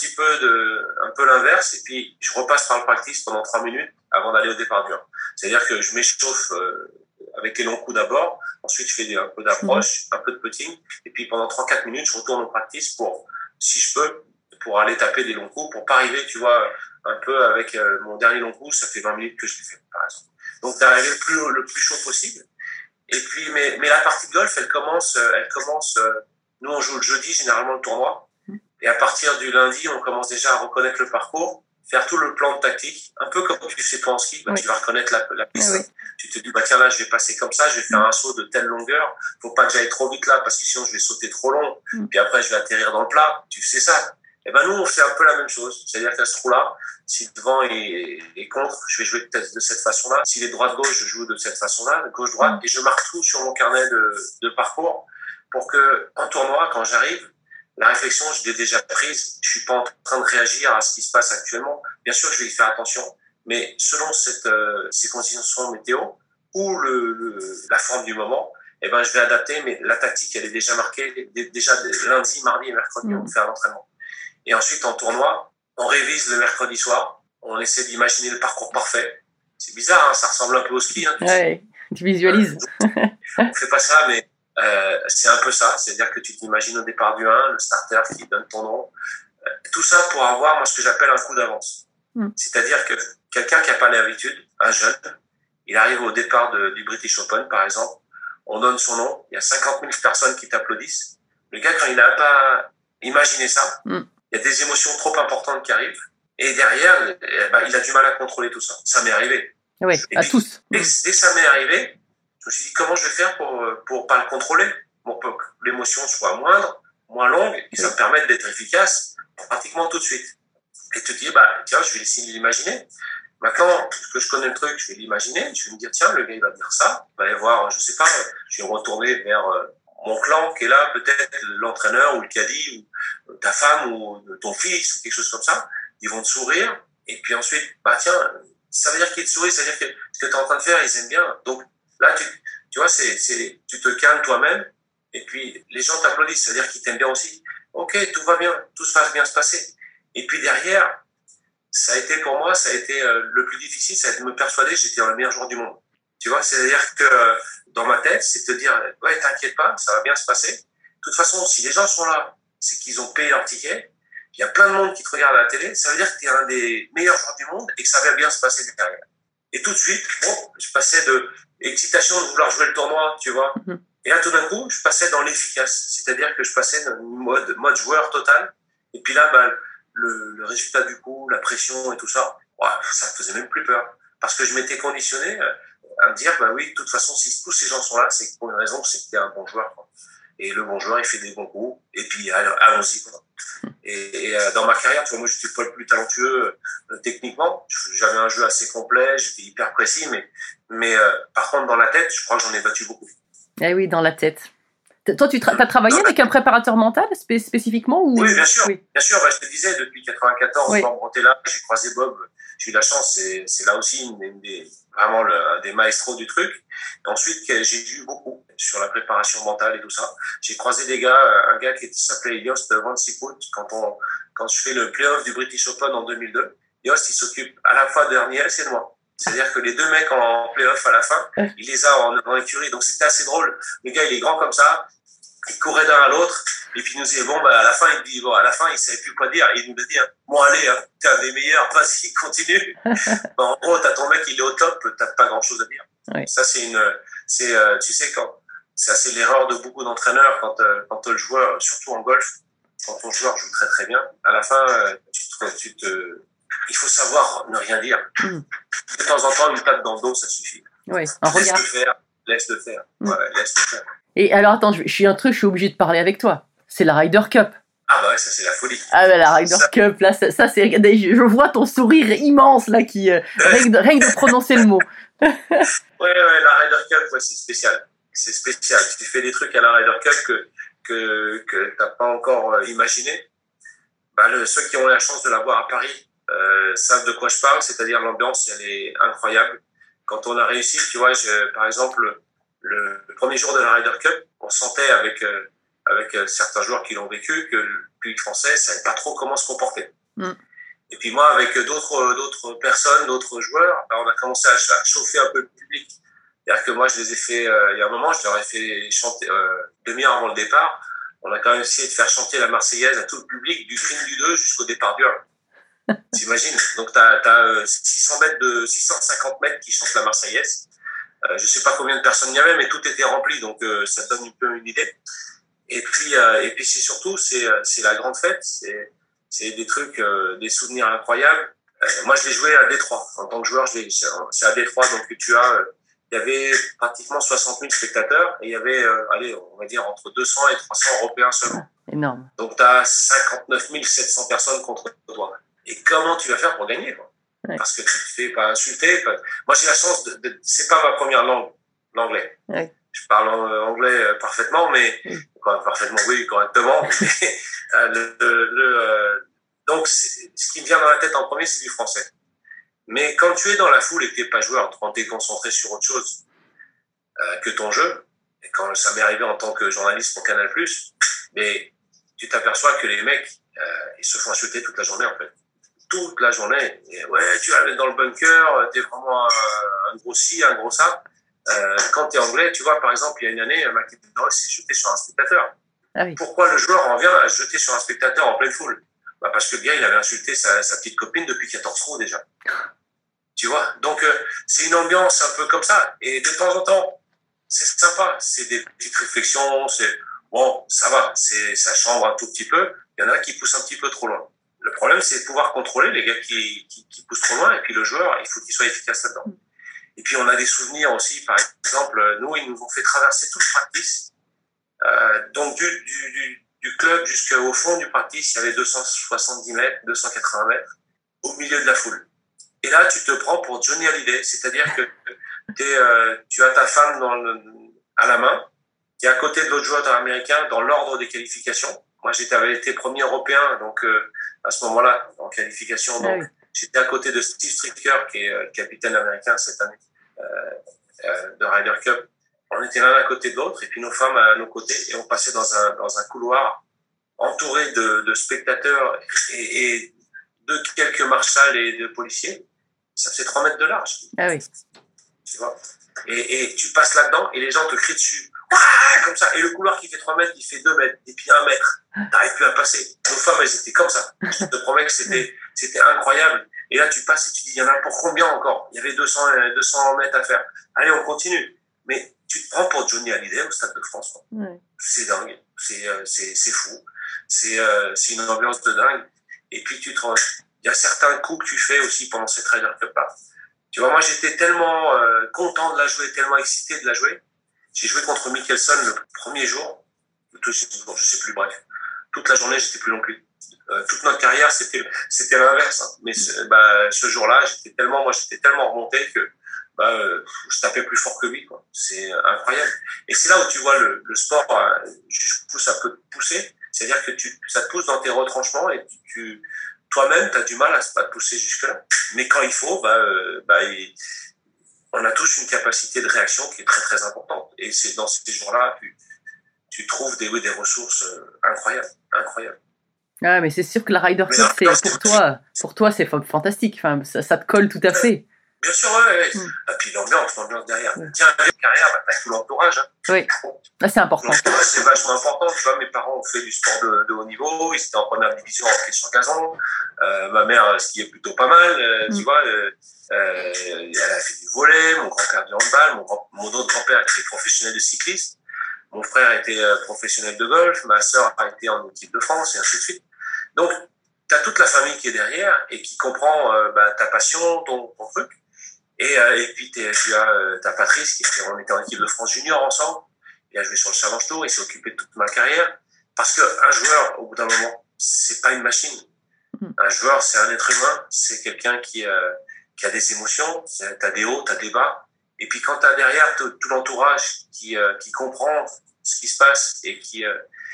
peu l'inverse et puis je repasse par le practice pendant 3 minutes avant d'aller au départ du 1. C'est-à-dire que je m'échauffe avec les longs coups d'abord. Ensuite, je fais un peu d'approche, un peu de putting. Et puis, pendant 3-4 minutes, je retourne au practice si je peux, pour aller taper des longs coups, pour pas arriver, tu vois, un peu avec mon dernier long coup, ça fait 20 minutes que je l'ai fait, par exemple. Donc, d'arriver le plus chaud possible. Et puis, mais la partie de golf, elle commence, nous, on joue le jeudi, généralement, le tournoi. Et à partir du lundi, on commence déjà à reconnaître le parcours, faire tout le plan de tactique, un peu comme tu fais toi en ski, tu vas reconnaître la piste. Oui. Tu te dis, tiens, là, je vais passer comme ça, je vais faire un saut de telle longueur, faut pas que j'aille trop vite là, parce que sinon, je vais sauter trop long, puis après, je vais atterrir dans le plat, tu sais ça. Et nous, on fait un peu la même chose. C'est-à-dire qu'à ce trou-là, si devant est contre, je vais jouer peut-être de cette façon-là. S'il est droite-gauche, je joue de cette façon-là, gauche-droite, et je marque tout sur mon carnet de parcours pour que, en tournoi, quand j'arrive, la réflexion, je l'ai déjà prise. Je suis pas en train de réagir à ce qui se passe actuellement. Bien sûr, je vais y faire attention, mais selon ces conditions météo ou la forme du moment, je vais adapter, mais la tactique, elle est déjà marquée. Déjà, lundi, mardi et mercredi, on fait un entraînement. Et ensuite, en tournoi, on révise le mercredi soir. On essaie d'imaginer le parcours parfait. C'est bizarre, hein, ça ressemble un peu au ski. Hein, tu visualises. On fait pas ça, mais c'est un peu ça. C'est-à-dire que tu t'imagines au départ du 1, le starter qui donne ton nom. Tout ça pour avoir, moi, ce que j'appelle un coup d'avance. C'est-à-dire que quelqu'un qui n'a pas l'habitude, un jeune, il arrive au départ du British Open, par exemple. On donne son nom. Il y a 50 000 personnes qui t'applaudissent. Le gars, quand il n'a pas imaginé ça, il y a des émotions trop importantes qui arrivent. Et derrière, il a du mal à contrôler tout ça. Ça m'est arrivé. Oui, à tous. Dès que ça m'est arrivé, je me suis dit, comment je vais faire pour pas le contrôler, pour que l'émotion soit moindre, moins longue, et ça me permet d'être efficace pratiquement tout de suite. Et tu te dis, tiens, je vais essayer de l'imaginer. Maintenant que je connais le truc, je vais l'imaginer. Je vais me dire, tiens, le gars, il va dire ça. Il va aller voir, je sais pas, je vais me retourner vers mon clan qui est là, peut-être l'entraîneur ou le caddie, ou ta femme ou ton fils, ou quelque chose comme ça. Ils vont te sourire. Et puis ensuite, tiens, ça veut dire qu'ils te sourient, ça veut dire que ce que tu es en train de faire, ils aiment bien. Donc là, tu vois, tu te calmes toi-même. Et puis les gens t'applaudissent, ça veut dire qu'ils t'aiment bien aussi. Ok, tout va bien, tout va bien se passer. Et puis derrière, ça a été pour moi, le plus difficile, ça a été de me persuader que j'étais le meilleur joueur du monde. Tu vois, c'est-à-dire que dans ma tête, c'est de te dire, ouais, t'inquiète pas, ça va bien se passer. De toute façon, si les gens sont là, c'est qu'ils ont payé leur ticket. Il y a plein de monde qui te regarde à la télé. Ça veut dire que tu es un des meilleurs joueurs du monde et que ça va bien se passer derrière. Et tout de suite, je passais de l'excitation de vouloir jouer le tournoi, tu vois. Et là, tout d'un coup, je passais dans l'efficace. C'est-à-dire que je passais dans le mode joueur total. Et puis là, le résultat du coup, la pression et tout ça, ça me faisait même plus peur. Parce que je m'étais conditionné à me dire, oui, de toute façon, si tous ces gens sont là, c'est pour une raison, c'est que tu es un bon joueur, quoi. Et le bon joueur, il fait des bons coups. Et puis, allons-y, quoi. Et dans ma carrière, tu vois, moi, j'étais pas le plus talentueux techniquement. J'avais un jeu assez complet, j'étais hyper précis, mais par contre, dans la tête, je crois que j'en ai battu beaucoup. Eh oui, dans la tête. Toi, t'as travaillé avec un préparateur mental spécifiquement ou... Oui, bien sûr. Oui. Bien sûr, je te disais, depuis 94, Oui. Bob Montella, j'ai croisé Bob. J'ai eu la chance, c'est là aussi vraiment un des maestros du truc. Et ensuite, j'ai lu beaucoup sur la préparation mentale et tout ça. J'ai croisé des gars, un gars qui s'appelait Jost Van Siput, quand je fais le play-off du British Open en 2002. Jost, il s'occupe à la fois de Ernie Els et de moi. C'est-à-dire que les deux mecs en play-off à la fin, il les a en écurie. Donc c'était assez drôle. Le gars, il est grand comme ça. Il courait d'un à l'autre. Et puis il nous disait, à la fin, il savait plus quoi dire. Et il nous a dit, bon, allez, t'es un des meilleurs, vas-y, continue. En gros, t'as ton mec, il est au top, t'as pas grand chose à dire. Oui. Ça, tu sais, ça, c'est l'erreur de beaucoup d'entraîneurs quand le joueur, surtout en golf, quand ton joueur joue très très bien, à la fin, il faut savoir ne rien dire. De temps en temps, une tape dans le dos, ça suffit. Oui. Laisse le faire. Ouais, laisse le faire. Et alors, attends, je suis obligé de parler avec toi. C'est la Ryder Cup. Ah bah ouais, ça c'est la folie. Ah bah la Ryder Cup, là, ça c'est... Je vois ton sourire immense, là, qui... rien de prononcer le mot. Ouais, la Ryder Cup, ouais, c'est spécial. C'est spécial. Tu fais des trucs à la Ryder Cup que t'as pas encore imaginé. Ceux qui ont la chance de la voir à Paris savent de quoi je parle, c'est-à-dire l'ambiance, elle est incroyable. Quand on a réussi, tu vois, par exemple, le premier jour de la Ryder Cup, on sentait avec certains joueurs qui l'ont vécu que le public français ne savait pas trop comment se comporter. Et puis moi, avec d'autres personnes, d'autres joueurs, on a commencé à chauffer un peu le public. C'est-à-dire que moi, je les ai fait, il y a un moment, je leur ai fait chanter, demi-heure avant le départ, on a quand même essayé de faire chanter la Marseillaise à tout le public, du green du 2 jusqu'au départ du 1. T'imagines? Donc, t'as 650 mètres qui chantent la Marseillaise. Je sais pas combien de personnes il y avait, mais tout était rempli, donc ça donne un peu une idée. Et puis c'est surtout, c'est la grande fête, c'est des trucs, des souvenirs incroyables. Moi, je l'ai joué à Détroit. En tant que joueur, c'est à Détroit, donc il y avait pratiquement 60 000 spectateurs et il y avait, on va dire, entre 200 et 300 Européens seulement. Énorme. Donc, tu as 59 700 personnes contre toi. Et comment tu vas faire pour gagner, quoi? Ouais. Parce que tu te fais pas insulter. Moi, j'ai la chance c'est pas ma première langue, l'anglais. Ouais. Je parle anglais parfaitement, mais oui, correctement. Donc, ce qui me vient dans la tête en premier, c'est du français. Mais quand tu es dans la foule et que tu n'es pas joueur, quand tu es concentré sur autre chose que ton jeu, et quand ça m'est arrivé en tant que journaliste pour Canal+, mais tu t'aperçois que les mecs, ils se font insulter toute la journée, en fait. Toute la journée. Et ouais, tu vas mettre dans le bunker, t'es vraiment un gros ci, un gros ça. Quand t'es anglais, tu vois, par exemple, il y a une année, McIntyre s'est jeté sur un spectateur. Ah oui. Pourquoi le joueur en vient à se jeter sur un spectateur en pleine foule? Parce que le gars, il avait insulté sa petite copine depuis 14 trous déjà. Tu vois? Donc, c'est une ambiance un peu comme ça. Et de temps en temps, c'est sympa. C'est des petites réflexions. C'est bon, ça va. Ça chambre un tout petit peu. Il y en a qui poussent un petit peu trop loin. Le problème, c'est de pouvoir contrôler les gars qui poussent trop loin. Et puis le joueur, il faut qu'il soit efficace là-dedans. Et puis on a des souvenirs aussi. Par exemple, nous, ils nous ont fait traverser tout le practice. Donc du club jusqu'au fond du practice, il y avait 270 mètres, 280 mètres, au milieu de la foule. Et là, tu te prends pour Johnny Hallyday, c'est-à-dire que tu as ta femme à la main, tu es à côté de l'autre joueur américain dans l'ordre des qualifications. Moi, j'avais été premier européen, donc à ce moment-là, en qualification. Donc, j'étais à côté de Steve Stricker, qui est le capitaine américain cette année de Ryder Cup. On était l'un à côté de l'autre, et puis nos femmes à nos côtés, et on passait dans un couloir entouré de spectateurs et de quelques marshals et de policiers. Ça faisait 3 mètres de large. Ah oui. Tu vois? Et tu passes là-dedans, et les gens te crient dessus. Ouah, comme ça. Et le couloir qui fait 3 mètres, il fait 2 mètres, et puis 1 mètre. T'arrives plus à passer. Nos femmes, elles étaient comme ça. Je te promets que c'était incroyable. Et là, tu passes et tu dis, il y en a pour combien encore? Il y avait 200 mètres à faire. Allez, on continue. Mais tu te prends pour Johnny Hallyday au Stade de France. Ouais. C'est dingue. C'est fou. C'est une ambiance de dingue. Et puis, il y a certains coups que tu fais aussi pendant cette Ryder Cup-là. Tu vois, moi, j'étais tellement content de la jouer, tellement excité de la jouer. J'ai joué contre Mickelson le premier jour. Je sais plus, bref. Toute la journée, j'étais plus long que lui. Toute notre carrière, c'était l'inverse. Hein. Mais ce jour-là, j'étais tellement remonté que je tapais plus fort que lui, quoi. C'est incroyable. Et c'est là où tu vois le sport, ça peut te pousser. C'est-à-dire que ça te pousse dans tes retranchements et toi-même, tu as du mal à te pousser jusque-là. Mais quand il faut, on a tous une capacité de réaction qui est très, très importante. Et c'est dans ces jours-là, tu trouves des ressources incroyables. Ah, mais c'est sûr que la Ryder Cup, pour toi, c'est fantastique. Enfin, ça te colle tout à fait. Bien sûr, ouais. Et puis l'ambiance derrière. Tiens, une carrière, t'as tout l'entourage. Hein. Oui, c'est important. L'entourage, c'est vachement important. Tu vois, mes parents ont fait du sport de haut niveau. Ils étaient en première division en hockey sur gazon. Ma mère skiait plutôt pas mal. Tu vois, elle a fait du volley. Mon grand-père du handball. Mon autre grand-père était professionnel de cyclisme. Mon frère était professionnel de golf. Ma sœur a été en équipe de France et ainsi de suite. Donc, tu as toute la famille qui est derrière et qui comprend ta passion, ton truc. Et puis, tu as Patrice, on était en équipe de France junior ensemble. Il a joué sur le Challenge Tour, il s'est occupé de toute ma carrière. Parce qu'un joueur, au bout d'un moment, c'est pas une machine. Un joueur, c'est un être humain, c'est quelqu'un qui a des émotions, t'as des hauts, t'as des bas. Et puis quand t'as derrière tout l'entourage qui comprend ce qui se passe et qui,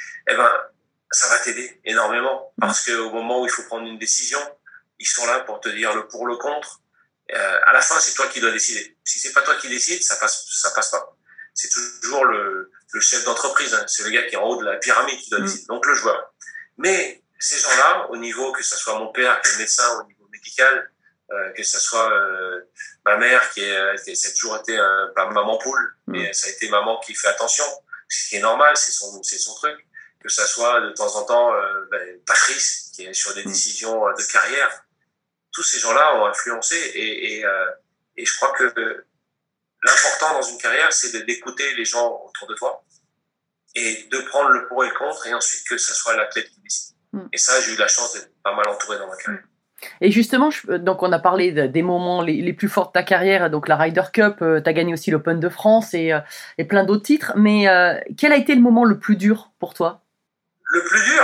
ça va t'aider énormément. Parce qu'au moment où il faut prendre une décision, ils sont là pour te dire le pour, le contre. À la fin, c'est toi qui dois décider. Si c'est pas toi qui décide, ça passe pas. C'est toujours le chef d'entreprise, hein. C'est le gars qui est en haut de la pyramide qui doit décider. Donc le joueur. Mais ces gens-là, au niveau, que ce soit mon père qui est médecin, au niveau médical, que ce soit ma mère qui a toujours été pas maman poule, mais ça a été maman qui fait attention, ce qui est normal, c'est son truc. Que ça soit de temps en temps Patrice qui est sur des décisions de carrière. Tous ces gens-là ont influencé et je crois que l'important dans une carrière, c'est d'écouter les gens autour de toi et de prendre le pour et le contre et ensuite que ce soit l'athlète qui décide. Et ça, j'ai eu la chance d'être pas mal entouré dans ma carrière. Et justement, donc on a parlé des moments les plus forts de ta carrière, donc la Ryder Cup, tu as gagné aussi l'Open de France et plein d'autres titres, mais quel a été le moment le plus dur pour toi ? Le plus dur,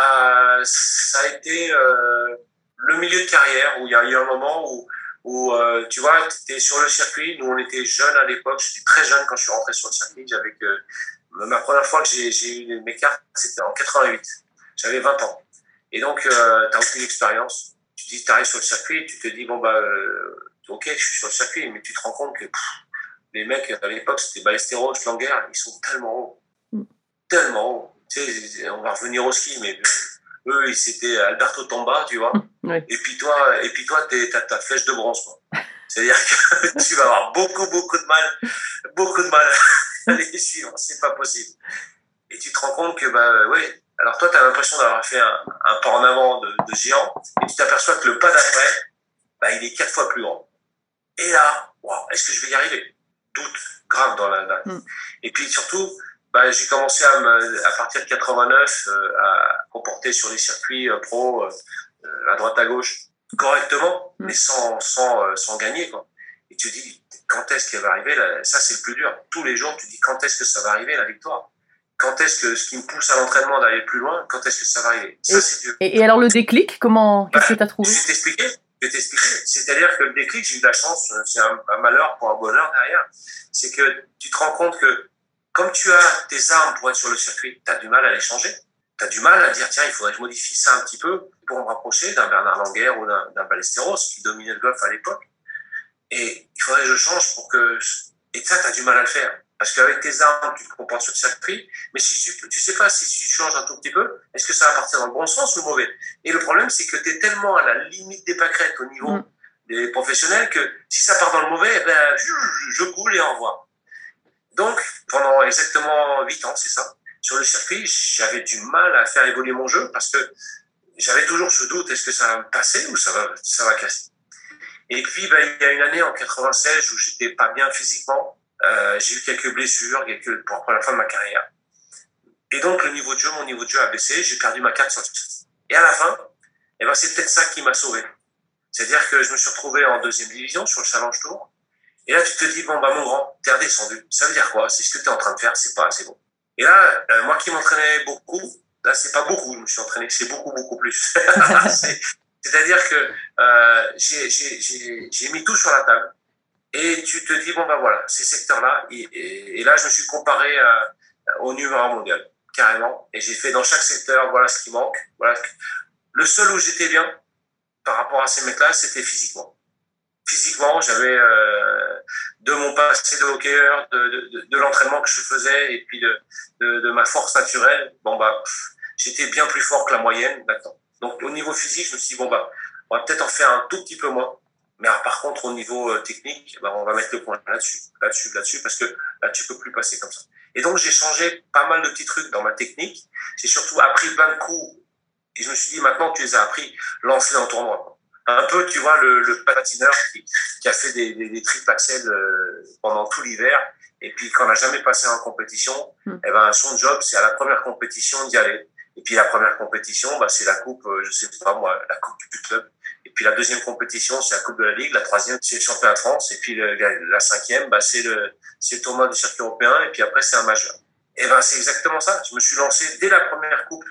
ça a été le milieu de carrière, où il y a eu un moment où tu vois, tu étais sur le circuit. Nous, on était jeunes à l'époque. J'étais très jeune quand je suis rentré sur le circuit. Ma première fois que j'ai eu mes cartes, c'était en 88. J'avais 20 ans. Et donc, tu n'as aucune expérience. Tu arrives sur le circuit et tu te dis, ok, je suis sur le circuit, mais tu te rends compte que les mecs, à l'époque, c'était Ballesteros, Schlanger, ils sont tellement hauts. Tellement hauts. Tu sais, on va revenir au ski, mais eux, c'était Alberto Tomba, tu vois. Ouais. Et puis toi, t'as ta flèche de bronze, quoi. C'est-à-dire que tu vas avoir beaucoup de mal à les suivre. C'est pas possible. Et tu te rends compte que, oui. Alors toi, t'as l'impression d'avoir fait un pas en avant de géant, et tu t'aperçois que le pas d'après, il est 4 fois plus grand. Et là, est-ce que je vais y arriver ? Doute grave dans la. Et puis surtout, j'ai commencé à partir de 89 à comporter sur les circuits pro à droite à gauche correctement, mais sans gagner, quoi. Et tu dis, quand est-ce qu'elle va arriver là ? Ça, c'est le plus dur. Tous les jours, tu dis, quand est-ce que ça va arriver, la victoire ? Quand est-ce que ce qui me pousse à l'entraînement d'aller plus loin, quand est-ce que ça va arriver ? Ça, c'est dur. Et alors le déclic, qu'est-ce que tu as trouvé ? Je vais t'expliquer. C'est-à-dire que le déclic, j'ai eu de la chance, c'est un malheur pour un bonheur derrière. C'est que tu te rends compte que comme tu as tes armes pour être sur le circuit, tu as du mal à les changer. Tu as du mal à dire, tiens, il faudrait que je modifie ça un petit peu pour me rapprocher d'un Bernard Langer ou d'un Ballesteros qui dominait le golf à l'époque. Et il faudrait que je change pour que... Et ça, tu as du mal à le faire. Parce qu'avec tes armes, tu te comportes sur le circuit, mais tu sais pas si tu changes un tout petit peu, est-ce que ça va partir dans le bon sens ou le mauvais ? Et le problème, c'est que tu es tellement à la limite des pâquerettes au niveau des professionnels que si ça part dans le mauvais, je coule et au revoir. Donc, pendant exactement 8 ans, c'est ça, sur le circuit, j'avais du mal à faire évoluer mon jeu parce que j'avais toujours ce doute, est-ce que ça va me passer ou ça va casser ? Et puis, il y a une année en 96 où j'étais pas bien physiquement. J'ai eu quelques blessures pour la première fois de ma carrière. Et donc, mon niveau de jeu a baissé. J'ai perdu ma carte sur le circuit. Et à la fin, c'est peut-être ça qui m'a sauvé. C'est-à-dire que je me suis retrouvé en 2e division sur le Challenge Tour. Et là, tu te dis, mon grand, t'es redescendu. Ça veut dire quoi ? C'est ce que t'es en train de faire, c'est pas assez bon. Et là, moi qui m'entraînais beaucoup, là, c'est pas beaucoup, je me suis entraîné, c'est beaucoup plus. C'est-à-dire que j'ai mis tout sur la table. et tu te dis, bon, ben voilà, ces secteurs-là. Et là, je me suis comparé au numéro mondial, carrément. Et j'ai fait dans chaque secteur, voilà ce qui manque. Voilà. Le seul où j'étais bien par rapport à ces mecs-là, c'était physiquement. Physiquement, j'avais de mon passé de hockeyeur, de l'entraînement que je faisais et puis de ma force naturelle, bon bah j'étais bien plus fort que la moyenne maintenant. Donc au niveau physique, je me suis dit bon bah on va peut-être en faire un tout petit peu moins. Mais alors, par contre au niveau technique, bah, on va mettre le point là-dessus parce que là tu peux plus passer comme ça. Et donc j'ai changé pas mal de petits trucs dans ma technique. J'ai surtout appris plein de coups et je me suis dit maintenant que tu les as appris, lance-les en tournoi. Un peu, tu vois, le patineur qui a fait des triples axels pendant tout l'hiver, et puis quand on n'a jamais passé en compétition, eh ben son job c'est à la première compétition d'y aller. Et puis la première compétition, bah c'est la coupe, je sais pas moi, la coupe du club. Et puis la deuxième compétition, c'est la coupe de la ligue. La troisième, c'est le championnat de France. Et puis la cinquième, bah c'est le tournoi du circuit européen. Et puis après, c'est un majeur. Et ben c'est exactement ça. Je me suis lancé dès la première coupe,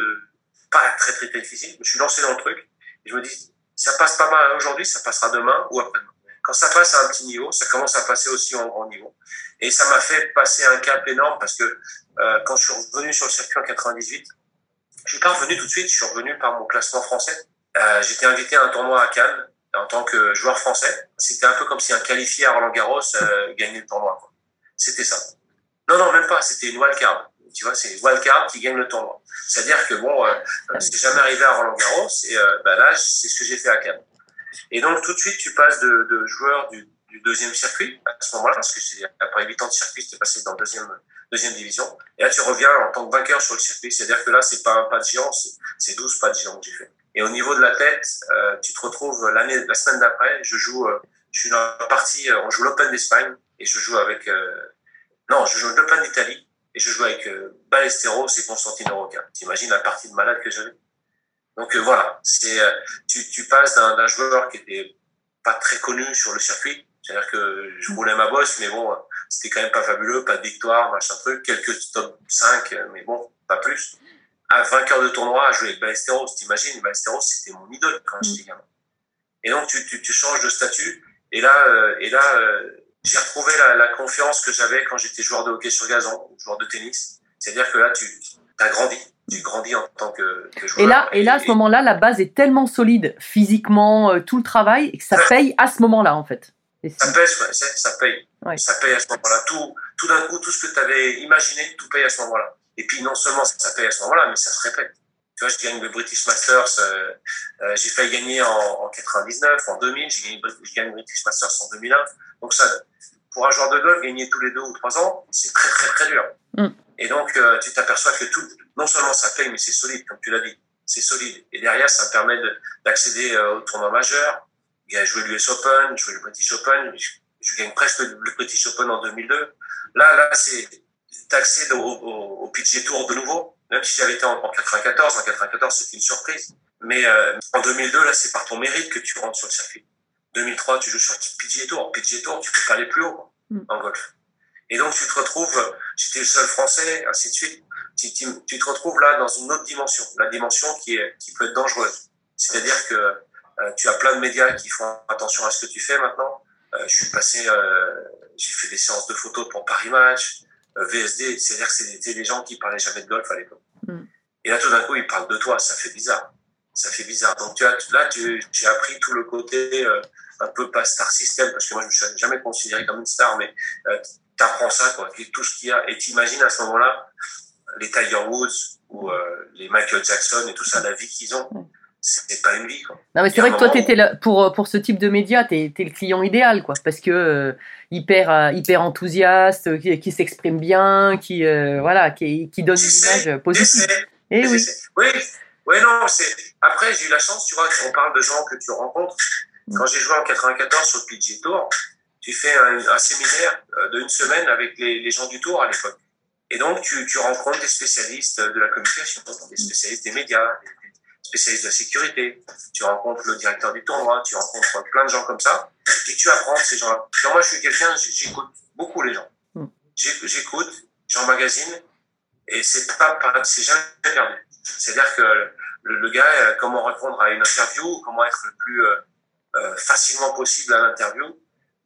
pas très très difficile. Je me suis lancé dans le truc. Et je me dis ça passe pas mal aujourd'hui, ça passera demain ou après-demain. Quand ça passe à un petit niveau, ça commence à passer aussi en grand niveau. Et ça m'a fait passer un cap énorme parce que quand je suis revenu sur le circuit en 98, je suis pas revenu tout de suite, je suis revenu par mon classement français. J'étais invité à un tournoi à Cannes en tant que joueur français. C'était un peu comme si un qualifié à Roland-Garros gagnait le tournoi, quoi. C'était ça. Non, même pas, c'était une wildcard. Tu vois, c'est wildcard qui gagne le tournoi. C'est-à-dire que bon, c'est jamais arrivé à Roland-Garros et là, c'est ce que j'ai fait à Cannes. Et donc tout de suite, tu passes de joueur du deuxième circuit à ce moment-là, parce que après 8 ans de circuit, j'étais passé dans deuxième division. Et là, tu reviens en tant que vainqueur sur le circuit. C'est-à-dire que là, c'est pas un pas de géant, c'est 12 pas de géant que j'ai fait. Et au niveau de la tête, tu te retrouves la semaine d'après, je suis dans la partie, on joue l'Open d'Espagne et je joue avec, je joue l'Open d'Italie. Et je joue avec Ballesteros et Constantino Rocca. T'imagines la partie de malade que j'avais. Donc voilà, tu passes d'un joueur qui était pas très connu sur le circuit, c'est-à-dire que je roulais ma bosse, mais bon, c'était quand même pas fabuleux, pas de victoire, machin truc, quelques top 5, mais bon, pas plus. À vainqueur de tournoi, à jouer avec Ballesteros, t'imagines, Ballesteros c'était mon idole quand j'étais gamin. Et donc tu changes de statut, et là j'ai retrouvé la confiance que j'avais quand j'étais joueur de hockey sur gazon, joueur de tennis. C'est-à-dire que là, tu as grandi. Tu grandis en tant que joueur. Et là, à ce moment-là, la base est tellement solide, physiquement, tout le travail, que ça paye à ce moment-là, en fait. Ça paye. Ouais. Ça paye à ce moment-là. Tout d'un coup, tout ce que tu avais imaginé, tout paye à ce moment-là. Et puis, non seulement ça paye à ce moment-là, mais ça se répète. Tu vois, je gagne le British Masters, j'ai failli gagner en 99, en 2000, je gagne le British Masters en 2001. Donc ça, pour un joueur de golf, gagner tous les 2 ou 3 ans, c'est très très très dur. Et donc tu t'aperçois que non seulement ça paye, mais c'est solide, comme tu l'as dit, c'est solide. Et derrière, ça me permet d'accéder au tournoi majeur. J'ai joué l'US Open, joué le British Open, je gagne presque le British Open en 2002. Là, t'accèdes au PGA Tour de nouveau. Même si j'avais été en 94, c'était une surprise. Mais en 2002, là, c'est par ton mérite que tu rentres sur le circuit. 2003, tu joues sur PGA Tour. PGA Tour, tu peux pas aller plus haut en golf. Et donc, tu te retrouves, j'étais le seul Français, ainsi de suite. Tu te retrouves là dans une autre dimension, la dimension qui peut être dangereuse. C'est-à-dire que tu as plein de médias qui font attention à ce que tu fais maintenant. J'ai fait des séances de photos pour Paris Match, VSD, c'est-à-dire que c'était des gens qui parlaient jamais de golf à l'époque. Et là, tout d'un coup, ils parlent de toi, ça fait bizarre. Donc, j'ai appris tout le côté un peu pas star system, parce que moi, je me suis jamais considéré comme une star, mais t'apprends ça, quoi, tout ce qu'il y a. Et t'imagines à ce moment-là, les Tiger Woods ou les Michael Jackson et tout ça, la vie qu'ils ont, c'est pas une vie, quoi. Non, mais c'est vrai que toi, t'étais là, pour ce type de média, t'es le client idéal, quoi, parce que hyper enthousiaste, qui s'exprime bien, qui donne une image positive. Et oui. Oui, non, après, j'ai eu la chance, tu vois, on parle de gens que tu rencontres. Quand j'ai joué en 94 sur le PGA Tour, tu fais un séminaire de 1 semaine avec les gens du Tour à l'époque. Et donc, tu rencontres des spécialistes de la communication, des spécialistes des médias, des spécialistes de la sécurité. Tu rencontres le directeur du tournoi, tu rencontres plein de gens comme ça. Et tu apprends de ces gens-là. Donc, moi, je suis quelqu'un, j'écoute beaucoup les gens. J'écoute, j'emmagasine, et c'est jamais perdu. C'est-à-dire que le gars, comment répondre à une interview, comment être le plus facilement possible à l'interview,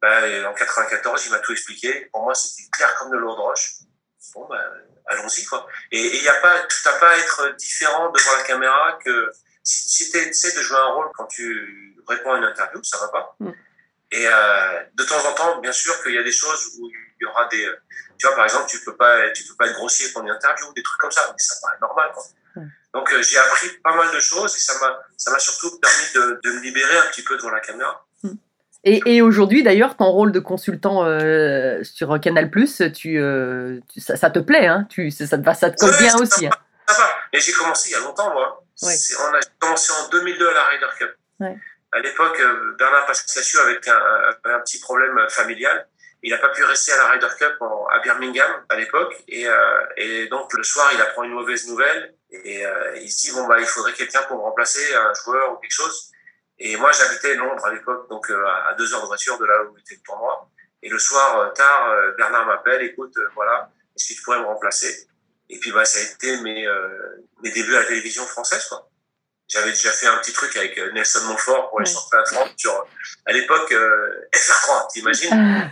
En 94, il m'a tout expliqué. Pour moi, c'était clair comme de l'eau de roche. Bon, allons-y, quoi. Et tu n'as pas à être différent devant la caméra que si tu essaies de jouer un rôle quand tu réponds à une interview, ça va pas. Et de temps en temps, bien sûr qu'il y a des choses où il y aura des... Tu vois, par exemple, tu peux pas être grossier pendant une interview, des trucs comme ça, mais ça paraît normal, quoi. Donc, j'ai appris pas mal de choses et ça m'a surtout permis de me libérer un petit peu devant la caméra. Et aujourd'hui, d'ailleurs, ton rôle de consultant sur Canal+, ça te plaît, hein, ça te colle bien aussi. Ça va. Et j'ai commencé il y a longtemps, moi. Ouais. On a commencé en 2002 à la Ryder Cup. Ouais. À l'époque, Bernard Pascasiu avait un petit problème familial. Il n'a pas pu rester à la Ryder Cup à Birmingham à l'époque. Et donc, le soir, il apprend une mauvaise nouvelle. Et il se dit, il faudrait quelqu'un pour me remplacer, un joueur ou quelque chose. Et moi, j'habitais Londres à l'époque, donc à 2 heures de voiture de là où était le tournoi. Et le soir, tard, Bernard m'appelle, écoute, voilà, est-ce que tu pourrais me remplacer? Et puis, ça a été mes débuts à la télévision française, quoi. J'avais déjà fait un petit truc avec Nelson Montfort pour les championnats de France à l'époque, FR3, t'imagines?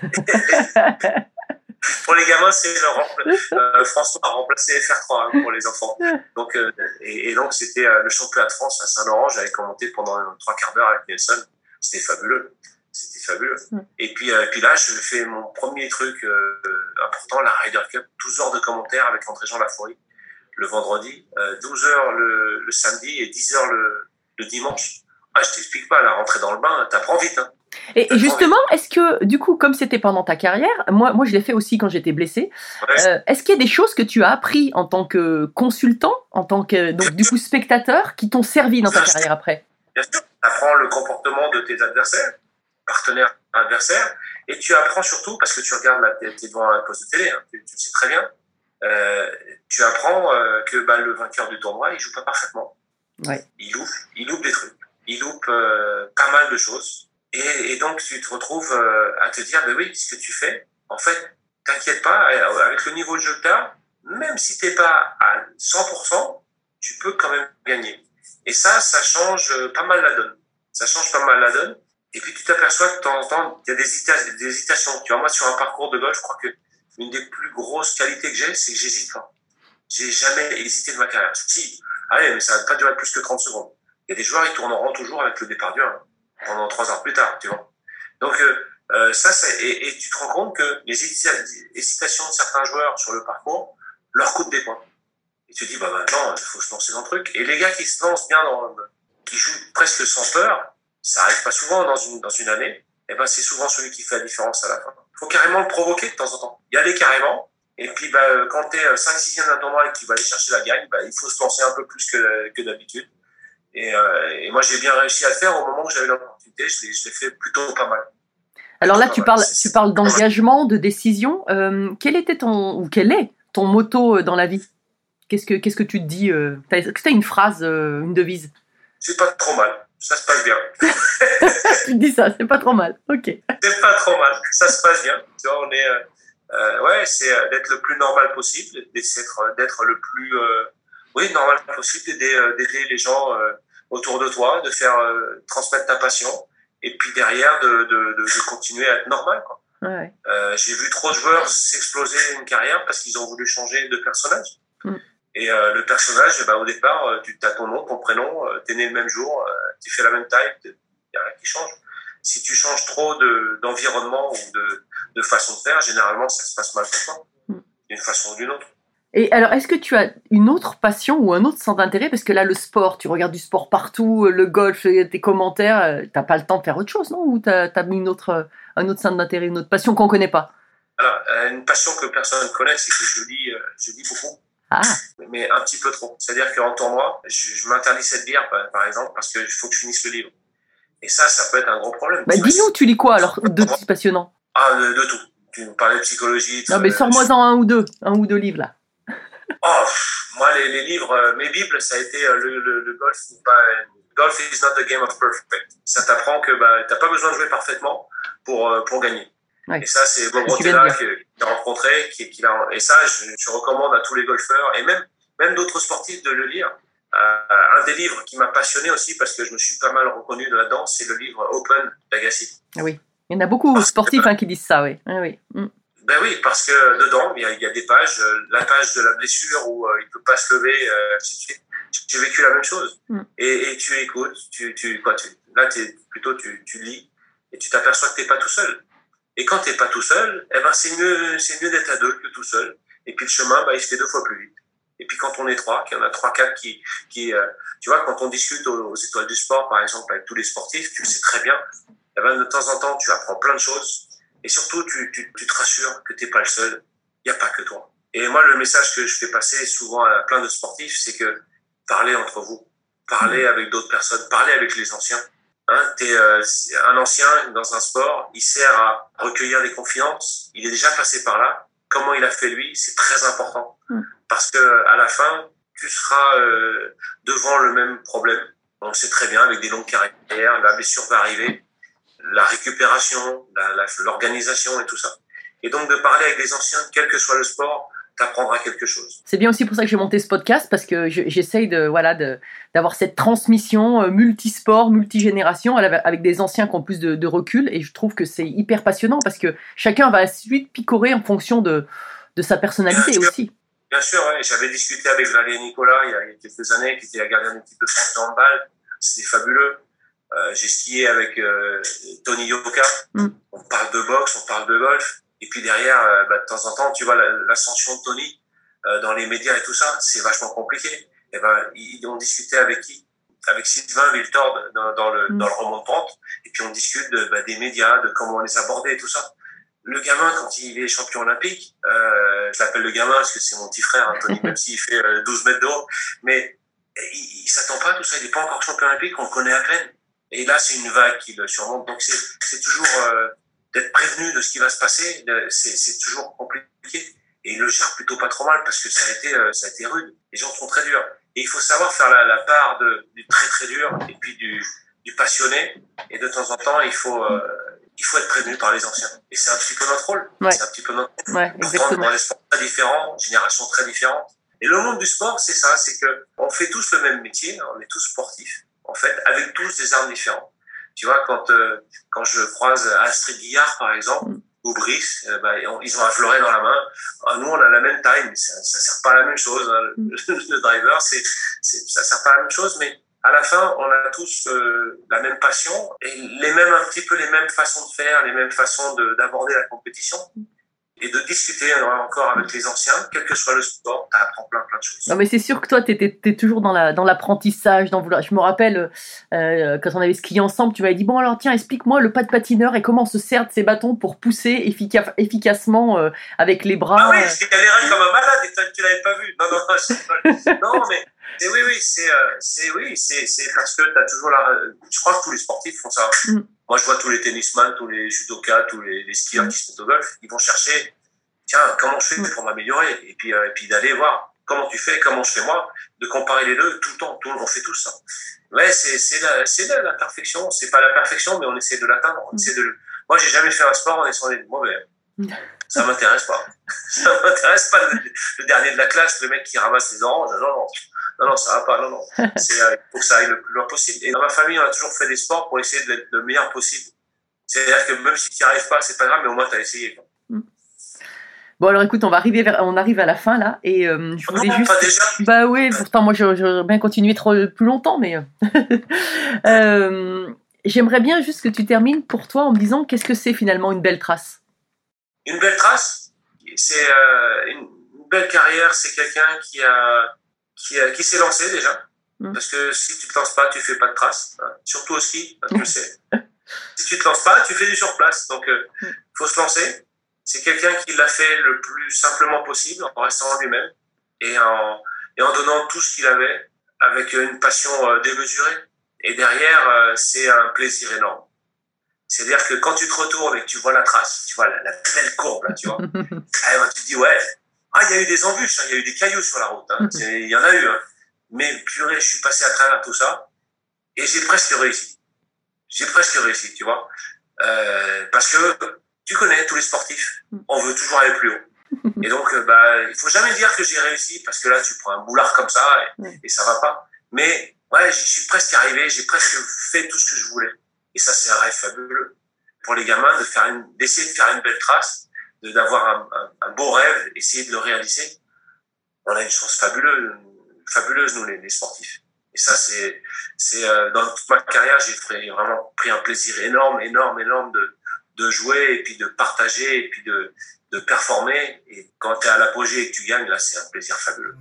Pour les gamins, c'est François a remplacé FR3 pour les enfants. Donc, et donc, c'était le championnat de France à Saint-Laurent. J'avais commenté pendant 3 quarts d'heure avec Nelson. C'était fabuleux. Et puis là, je fais mon premier truc important, la Ryder Cup, 12 heures de commentaires avec André-Jean Lafourie le vendredi, 12 heures le samedi et 10 heures le dimanche. Je t'explique pas, la rentrée dans le bain, t'apprends vite, hein. Et justement, est-ce que, du coup, comme c'était pendant ta carrière, moi je l'ai fait aussi quand j'étais blessée, est-ce qu'il y a des choses que tu as appris en tant que consultant, en tant que, donc, du coup, spectateur, qui t'ont servi dans ta carrière après? Bien sûr, tu apprends le comportement de tes adversaires, partenaires adversaires, et tu apprends surtout, parce que tu regardes, t'es devant un poste de télé, hein, tu le sais très bien, tu apprends que le vainqueur du tournoi, il joue pas parfaitement. Ouais. Il loupe des trucs. Il loupe pas mal de choses. Et donc, tu te retrouves à te dire, oui, ce que tu fais, en fait, t'inquiète pas, avec le niveau de jeu que t'as, même si t'es pas à 100%, tu peux quand même gagner. Et ça change pas mal la donne. Et puis, tu t'aperçois que de temps en temps, il y a des hésitations. Tu vois, moi, sur un parcours de golf, je crois que une des plus grosses qualités que j'ai, c'est que j'hésite pas. J'ai jamais hésité de ma carrière. Si, mais ça va pas durer plus que 30 secondes. Il y a des joueurs, ils tourneront toujours avec le départ du 1, pendant 3 heures plus tard, tu vois. Donc, et tu te rends compte que les hésitations de certains joueurs sur le parcours leur coûtent des points. Et tu te dis, maintenant, il faut se lancer dans le truc. Et les gars qui se lancent bien qui jouent presque sans peur, ça arrive pas souvent dans une année, c'est souvent celui qui fait la différence à la fin. Il faut carrément le provoquer de temps en temps. Y aller carrément. Et puis, quand t'es 5-6e d'un tournoi et que tu vas aller chercher la gagne, il faut se lancer un peu plus que d'habitude. Et moi, j'ai bien réussi à le faire au moment où j'avais l'opportunité. Je l'ai fait plutôt pas mal. Alors là, tu parles d'engagement, de décision. Quel est ton motto dans la vie? Qu'est-ce que tu te dis? Est-ce que tu as une phrase, une devise? C'est pas trop mal. Ça se passe bien. Tu te dis ça, c'est pas trop mal. Ok. C'est pas trop mal. Ça se passe bien. Tu vois, on est... c'est d'être le plus normal possible, d'être le plus normal possible, d'aider les gens autour de toi, de faire transmettre ta passion, et puis derrière de continuer à être normal, quoi. Ouais. J'ai vu trop de joueurs s'exploser une carrière parce qu'ils ont voulu changer de personnage. Et le personnage, au départ, tu as ton nom, ton prénom, t'es né le même jour, tu fais la même taille, il n'y a rien qui change. Si tu changes trop d'environnement ou de façon de faire, généralement, ça se passe mal pour toi, d'une façon ou d'une autre. Et alors, est-ce que tu as une autre passion ou un autre centre d'intérêt? Parce que là, le sport, tu regardes du sport partout, le golf, tes commentaires, t'as pas le temps de faire autre chose, non? Ou t'as mis un autre centre d'intérêt, une autre passion qu'on connaît pas? Alors, une passion que personne ne connaît, c'est que je lis beaucoup. Ah. Mais un petit peu trop. C'est-à-dire qu'en tournoi, je m'interdis cette bière, par exemple, parce qu'il faut que je finisse le livre. Et ça peut être un gros problème. Dis-nous, tu lis quoi alors de si passionnant? De tout. Tu nous parlais de psychologie. Non, mais sors-moi-en un ou deux livres là. Moi, les livres, mes bibles, ça a été le golf. Golf is not a game of perfect. Ça t'apprend que t'as pas besoin de jouer parfaitement pour gagner. Ouais. Et ça, c'est Bob Rotella qui a rencontré, et ça, je recommande à tous les golfeurs et même d'autres sportifs de le lire. Un des livres qui m'a passionné aussi parce que je me suis pas mal reconnu là-dedans, c'est le livre Open d'Agassi. Oui. Il y en a beaucoup sportifs qui disent ça, oui. Oui. Ben oui, parce que dedans, il y a des pages, la page de la blessure où il peut pas se lever, ainsi de suite. J'ai vécu la même chose. Et tu écoutes, là, tu lis et tu t'aperçois que t'es pas tout seul. Et quand t'es pas tout seul, c'est mieux d'être à deux que tout seul. Et puis le chemin, il se fait 2 fois plus vite. Et puis quand on est 3, qu'il y en a 3, 4 qui tu vois, quand on discute aux étoiles du sport, par exemple, avec tous les sportifs, tu le sais très bien, de temps en temps, tu apprends plein de choses. Et surtout, tu te rassures que t'es pas le seul. Il n'y a pas que toi. Et moi, le message que je fais passer souvent à plein de sportifs, c'est que parlez entre vous. Parlez avec d'autres personnes. Parlez avec les anciens. Un ancien dans un sport, il sert à recueillir des confidences. Il est déjà passé par là. Comment il a fait lui, c'est très important. Parce que à la fin, tu seras devant le même problème. On le sait très bien, avec des longues carrières, la blessure va arriver, la récupération, l'organisation et tout ça. Et donc de parler avec des anciens, quel que soit le sport, t'apprendras quelque chose. C'est bien aussi pour ça que j'ai monté ce podcast, parce que j'essaye d'avoir cette transmission multisport, multigénération, avec des anciens qui ont plus de recul, et je trouve que c'est hyper passionnant, parce que chacun va ensuite picorer en fonction de sa personnalité aussi. Bien sûr, ouais. J'avais discuté avec Valérie Nicolas il y a quelques années, qui était la gardienne d'équipe de France de handball. C'était fabuleux. J'ai skié avec Tony Yoka. On parle de boxe, on parle de golf. Et puis derrière, de temps en temps, tu vois l'ascension de Tony dans les médias et tout ça, c'est vachement compliqué. Et ils ont discuté avec qui? Avec Sylvain Wiltord dans le Remont de Pente. Et puis on discute des médias, de comment on les abordait et tout ça. Le gamin, quand il est champion olympique, je l'appelle le gamin parce que c'est mon petit frère, Tony, même s'il fait 12 mètres de haut, mais il s'attend pas à tout ça. Il n'est pas encore champion olympique, on le connaît à peine. Et là, c'est une vague qui le surmonte. Donc c'est toujours d'être prévenu de ce qui va se passer, c'est toujours compliqué. Et il le gère plutôt pas trop mal parce que ça a été rude. Les gens sont très durs. Et il faut savoir faire la part du très très dur et puis du passionné. Et de temps en temps, il faut être prévenu par les anciens. Et c'est un petit peu notre rôle. Ouais. C'est un petit peu notre rôle. Ouais, exactement. Dans des sports très différents, générations très différentes. Et le monde du sport, c'est ça, c'est que on fait tous le même métier, on est tous sportifs, en fait, avec tous des armes différentes. Tu vois, quand je croise Astrid Guillard, par exemple, ou Brice, ils ont un fleuret dans la main. Nous, on a la même taille, mais ça sert pas à la même chose. Hein. Le driver, ça sert pas à la même chose, mais à la fin, on a tous la même passion et un petit peu les mêmes façons de faire, les mêmes façons d'aborder la compétition. Et de discuter encore avec les anciens, quel que soit le sport, tu apprends plein de choses. Non, mais c'est sûr que toi, t'es toujours dans l'apprentissage. Je me rappelle, quand on avait skié ensemble, tu m'avais dit, bon alors tiens, explique-moi le pas de patineur et comment on se sert de ses bâtons pour pousser efficacement avec les bras. Ah oui, je galérais comme un malade et tu l'avais pas vu. Non, mais c'est parce que t'as toujours je crois que tous les sportifs font ça. Moi, je vois tous les tennisman, tous les judokas, tous les skieurs qui se mettent au golf, ils vont chercher, tiens, comment je fais pour m'améliorer? Et puis d'aller voir comment tu fais, comment je fais moi, de comparer les deux tout le temps. On fait tout ça. Ouais, c'est la perfection. C'est pas la perfection, mais on essaie de l'atteindre. Moi, j'ai jamais fait un sport en essayant d'être mauvais. Ça m'intéresse pas. Ça m'intéresse pas le dernier de la classe, le mec qui ramasse les oranges. Non, ça va pas. Non. Il faut que ça aille le plus loin possible. Et dans ma famille, on a toujours fait des sports pour essayer d'être le meilleur possible. C'est-à-dire que même si tu n'y arrives pas, c'est pas grave, mais au moins tu as essayé. Quoi. Bon, alors écoute, on arrive à la fin là, et je voulais juste. Pas déjà. Bah oui, pourtant moi j'aurais bien continué plus longtemps, mais j'aimerais bien juste que tu termines pour toi en me disant qu'est-ce que c'est finalement une belle trace. Une belle trace, c'est une belle carrière, c'est quelqu'un qui s'est lancé déjà. Parce que si tu te lances pas, tu fais pas de traces. Hein. Surtout au ski, tu le sais. Si tu te lances pas, tu fais du surplace. Donc, faut se lancer. C'est quelqu'un qui l'a fait le plus simplement possible, en restant en lui-même et en donnant tout ce qu'il avait, avec une passion démesurée. Et derrière, c'est un plaisir énorme. C'est-à-dire que quand tu te retournes et que tu vois la trace, tu vois la belle courbe, là, tu vois, tu te dis, ouais, il y a eu des embûches, il y a eu des cailloux sur la route, hein, il y en a eu, hein. Mais purée, je suis passé à travers tout ça et j'ai presque réussi. Tu vois, parce que tu connais tous les sportifs, on veut toujours aller plus haut. Et donc, il faut jamais dire que j'ai réussi parce que là, tu prends un boulard comme ça et ça va pas. Mais ouais, j'y suis presque arrivé, j'ai presque fait tout ce que je voulais. Et ça, c'est un rêve fabuleux. pour les gamins d'essayer de faire une belle trace, d'avoir un beau rêve, essayer de le réaliser. On a une chance fabuleuse nous les sportifs. Et ça, c'est dans toute ma carrière, j'ai vraiment pris un plaisir énorme de jouer et puis de partager et puis de performer. Et quand tu es à l'apogée et que tu gagnes, là, c'est un plaisir fabuleux.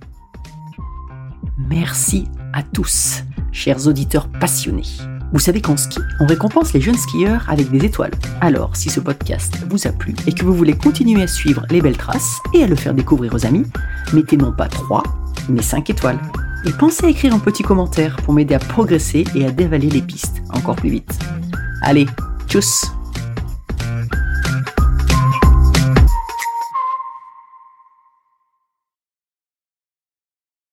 Merci à tous, chers auditeurs passionnés. Vous savez qu'en ski, on récompense les jeunes skieurs avec des étoiles. Alors, si ce podcast vous a plu et que vous voulez continuer à suivre les belles traces et à le faire découvrir aux amis, mettez non pas 3, mais 5 étoiles. Et pensez à écrire un petit commentaire pour m'aider à progresser et à dévaler les pistes encore plus vite. Allez, tchuss!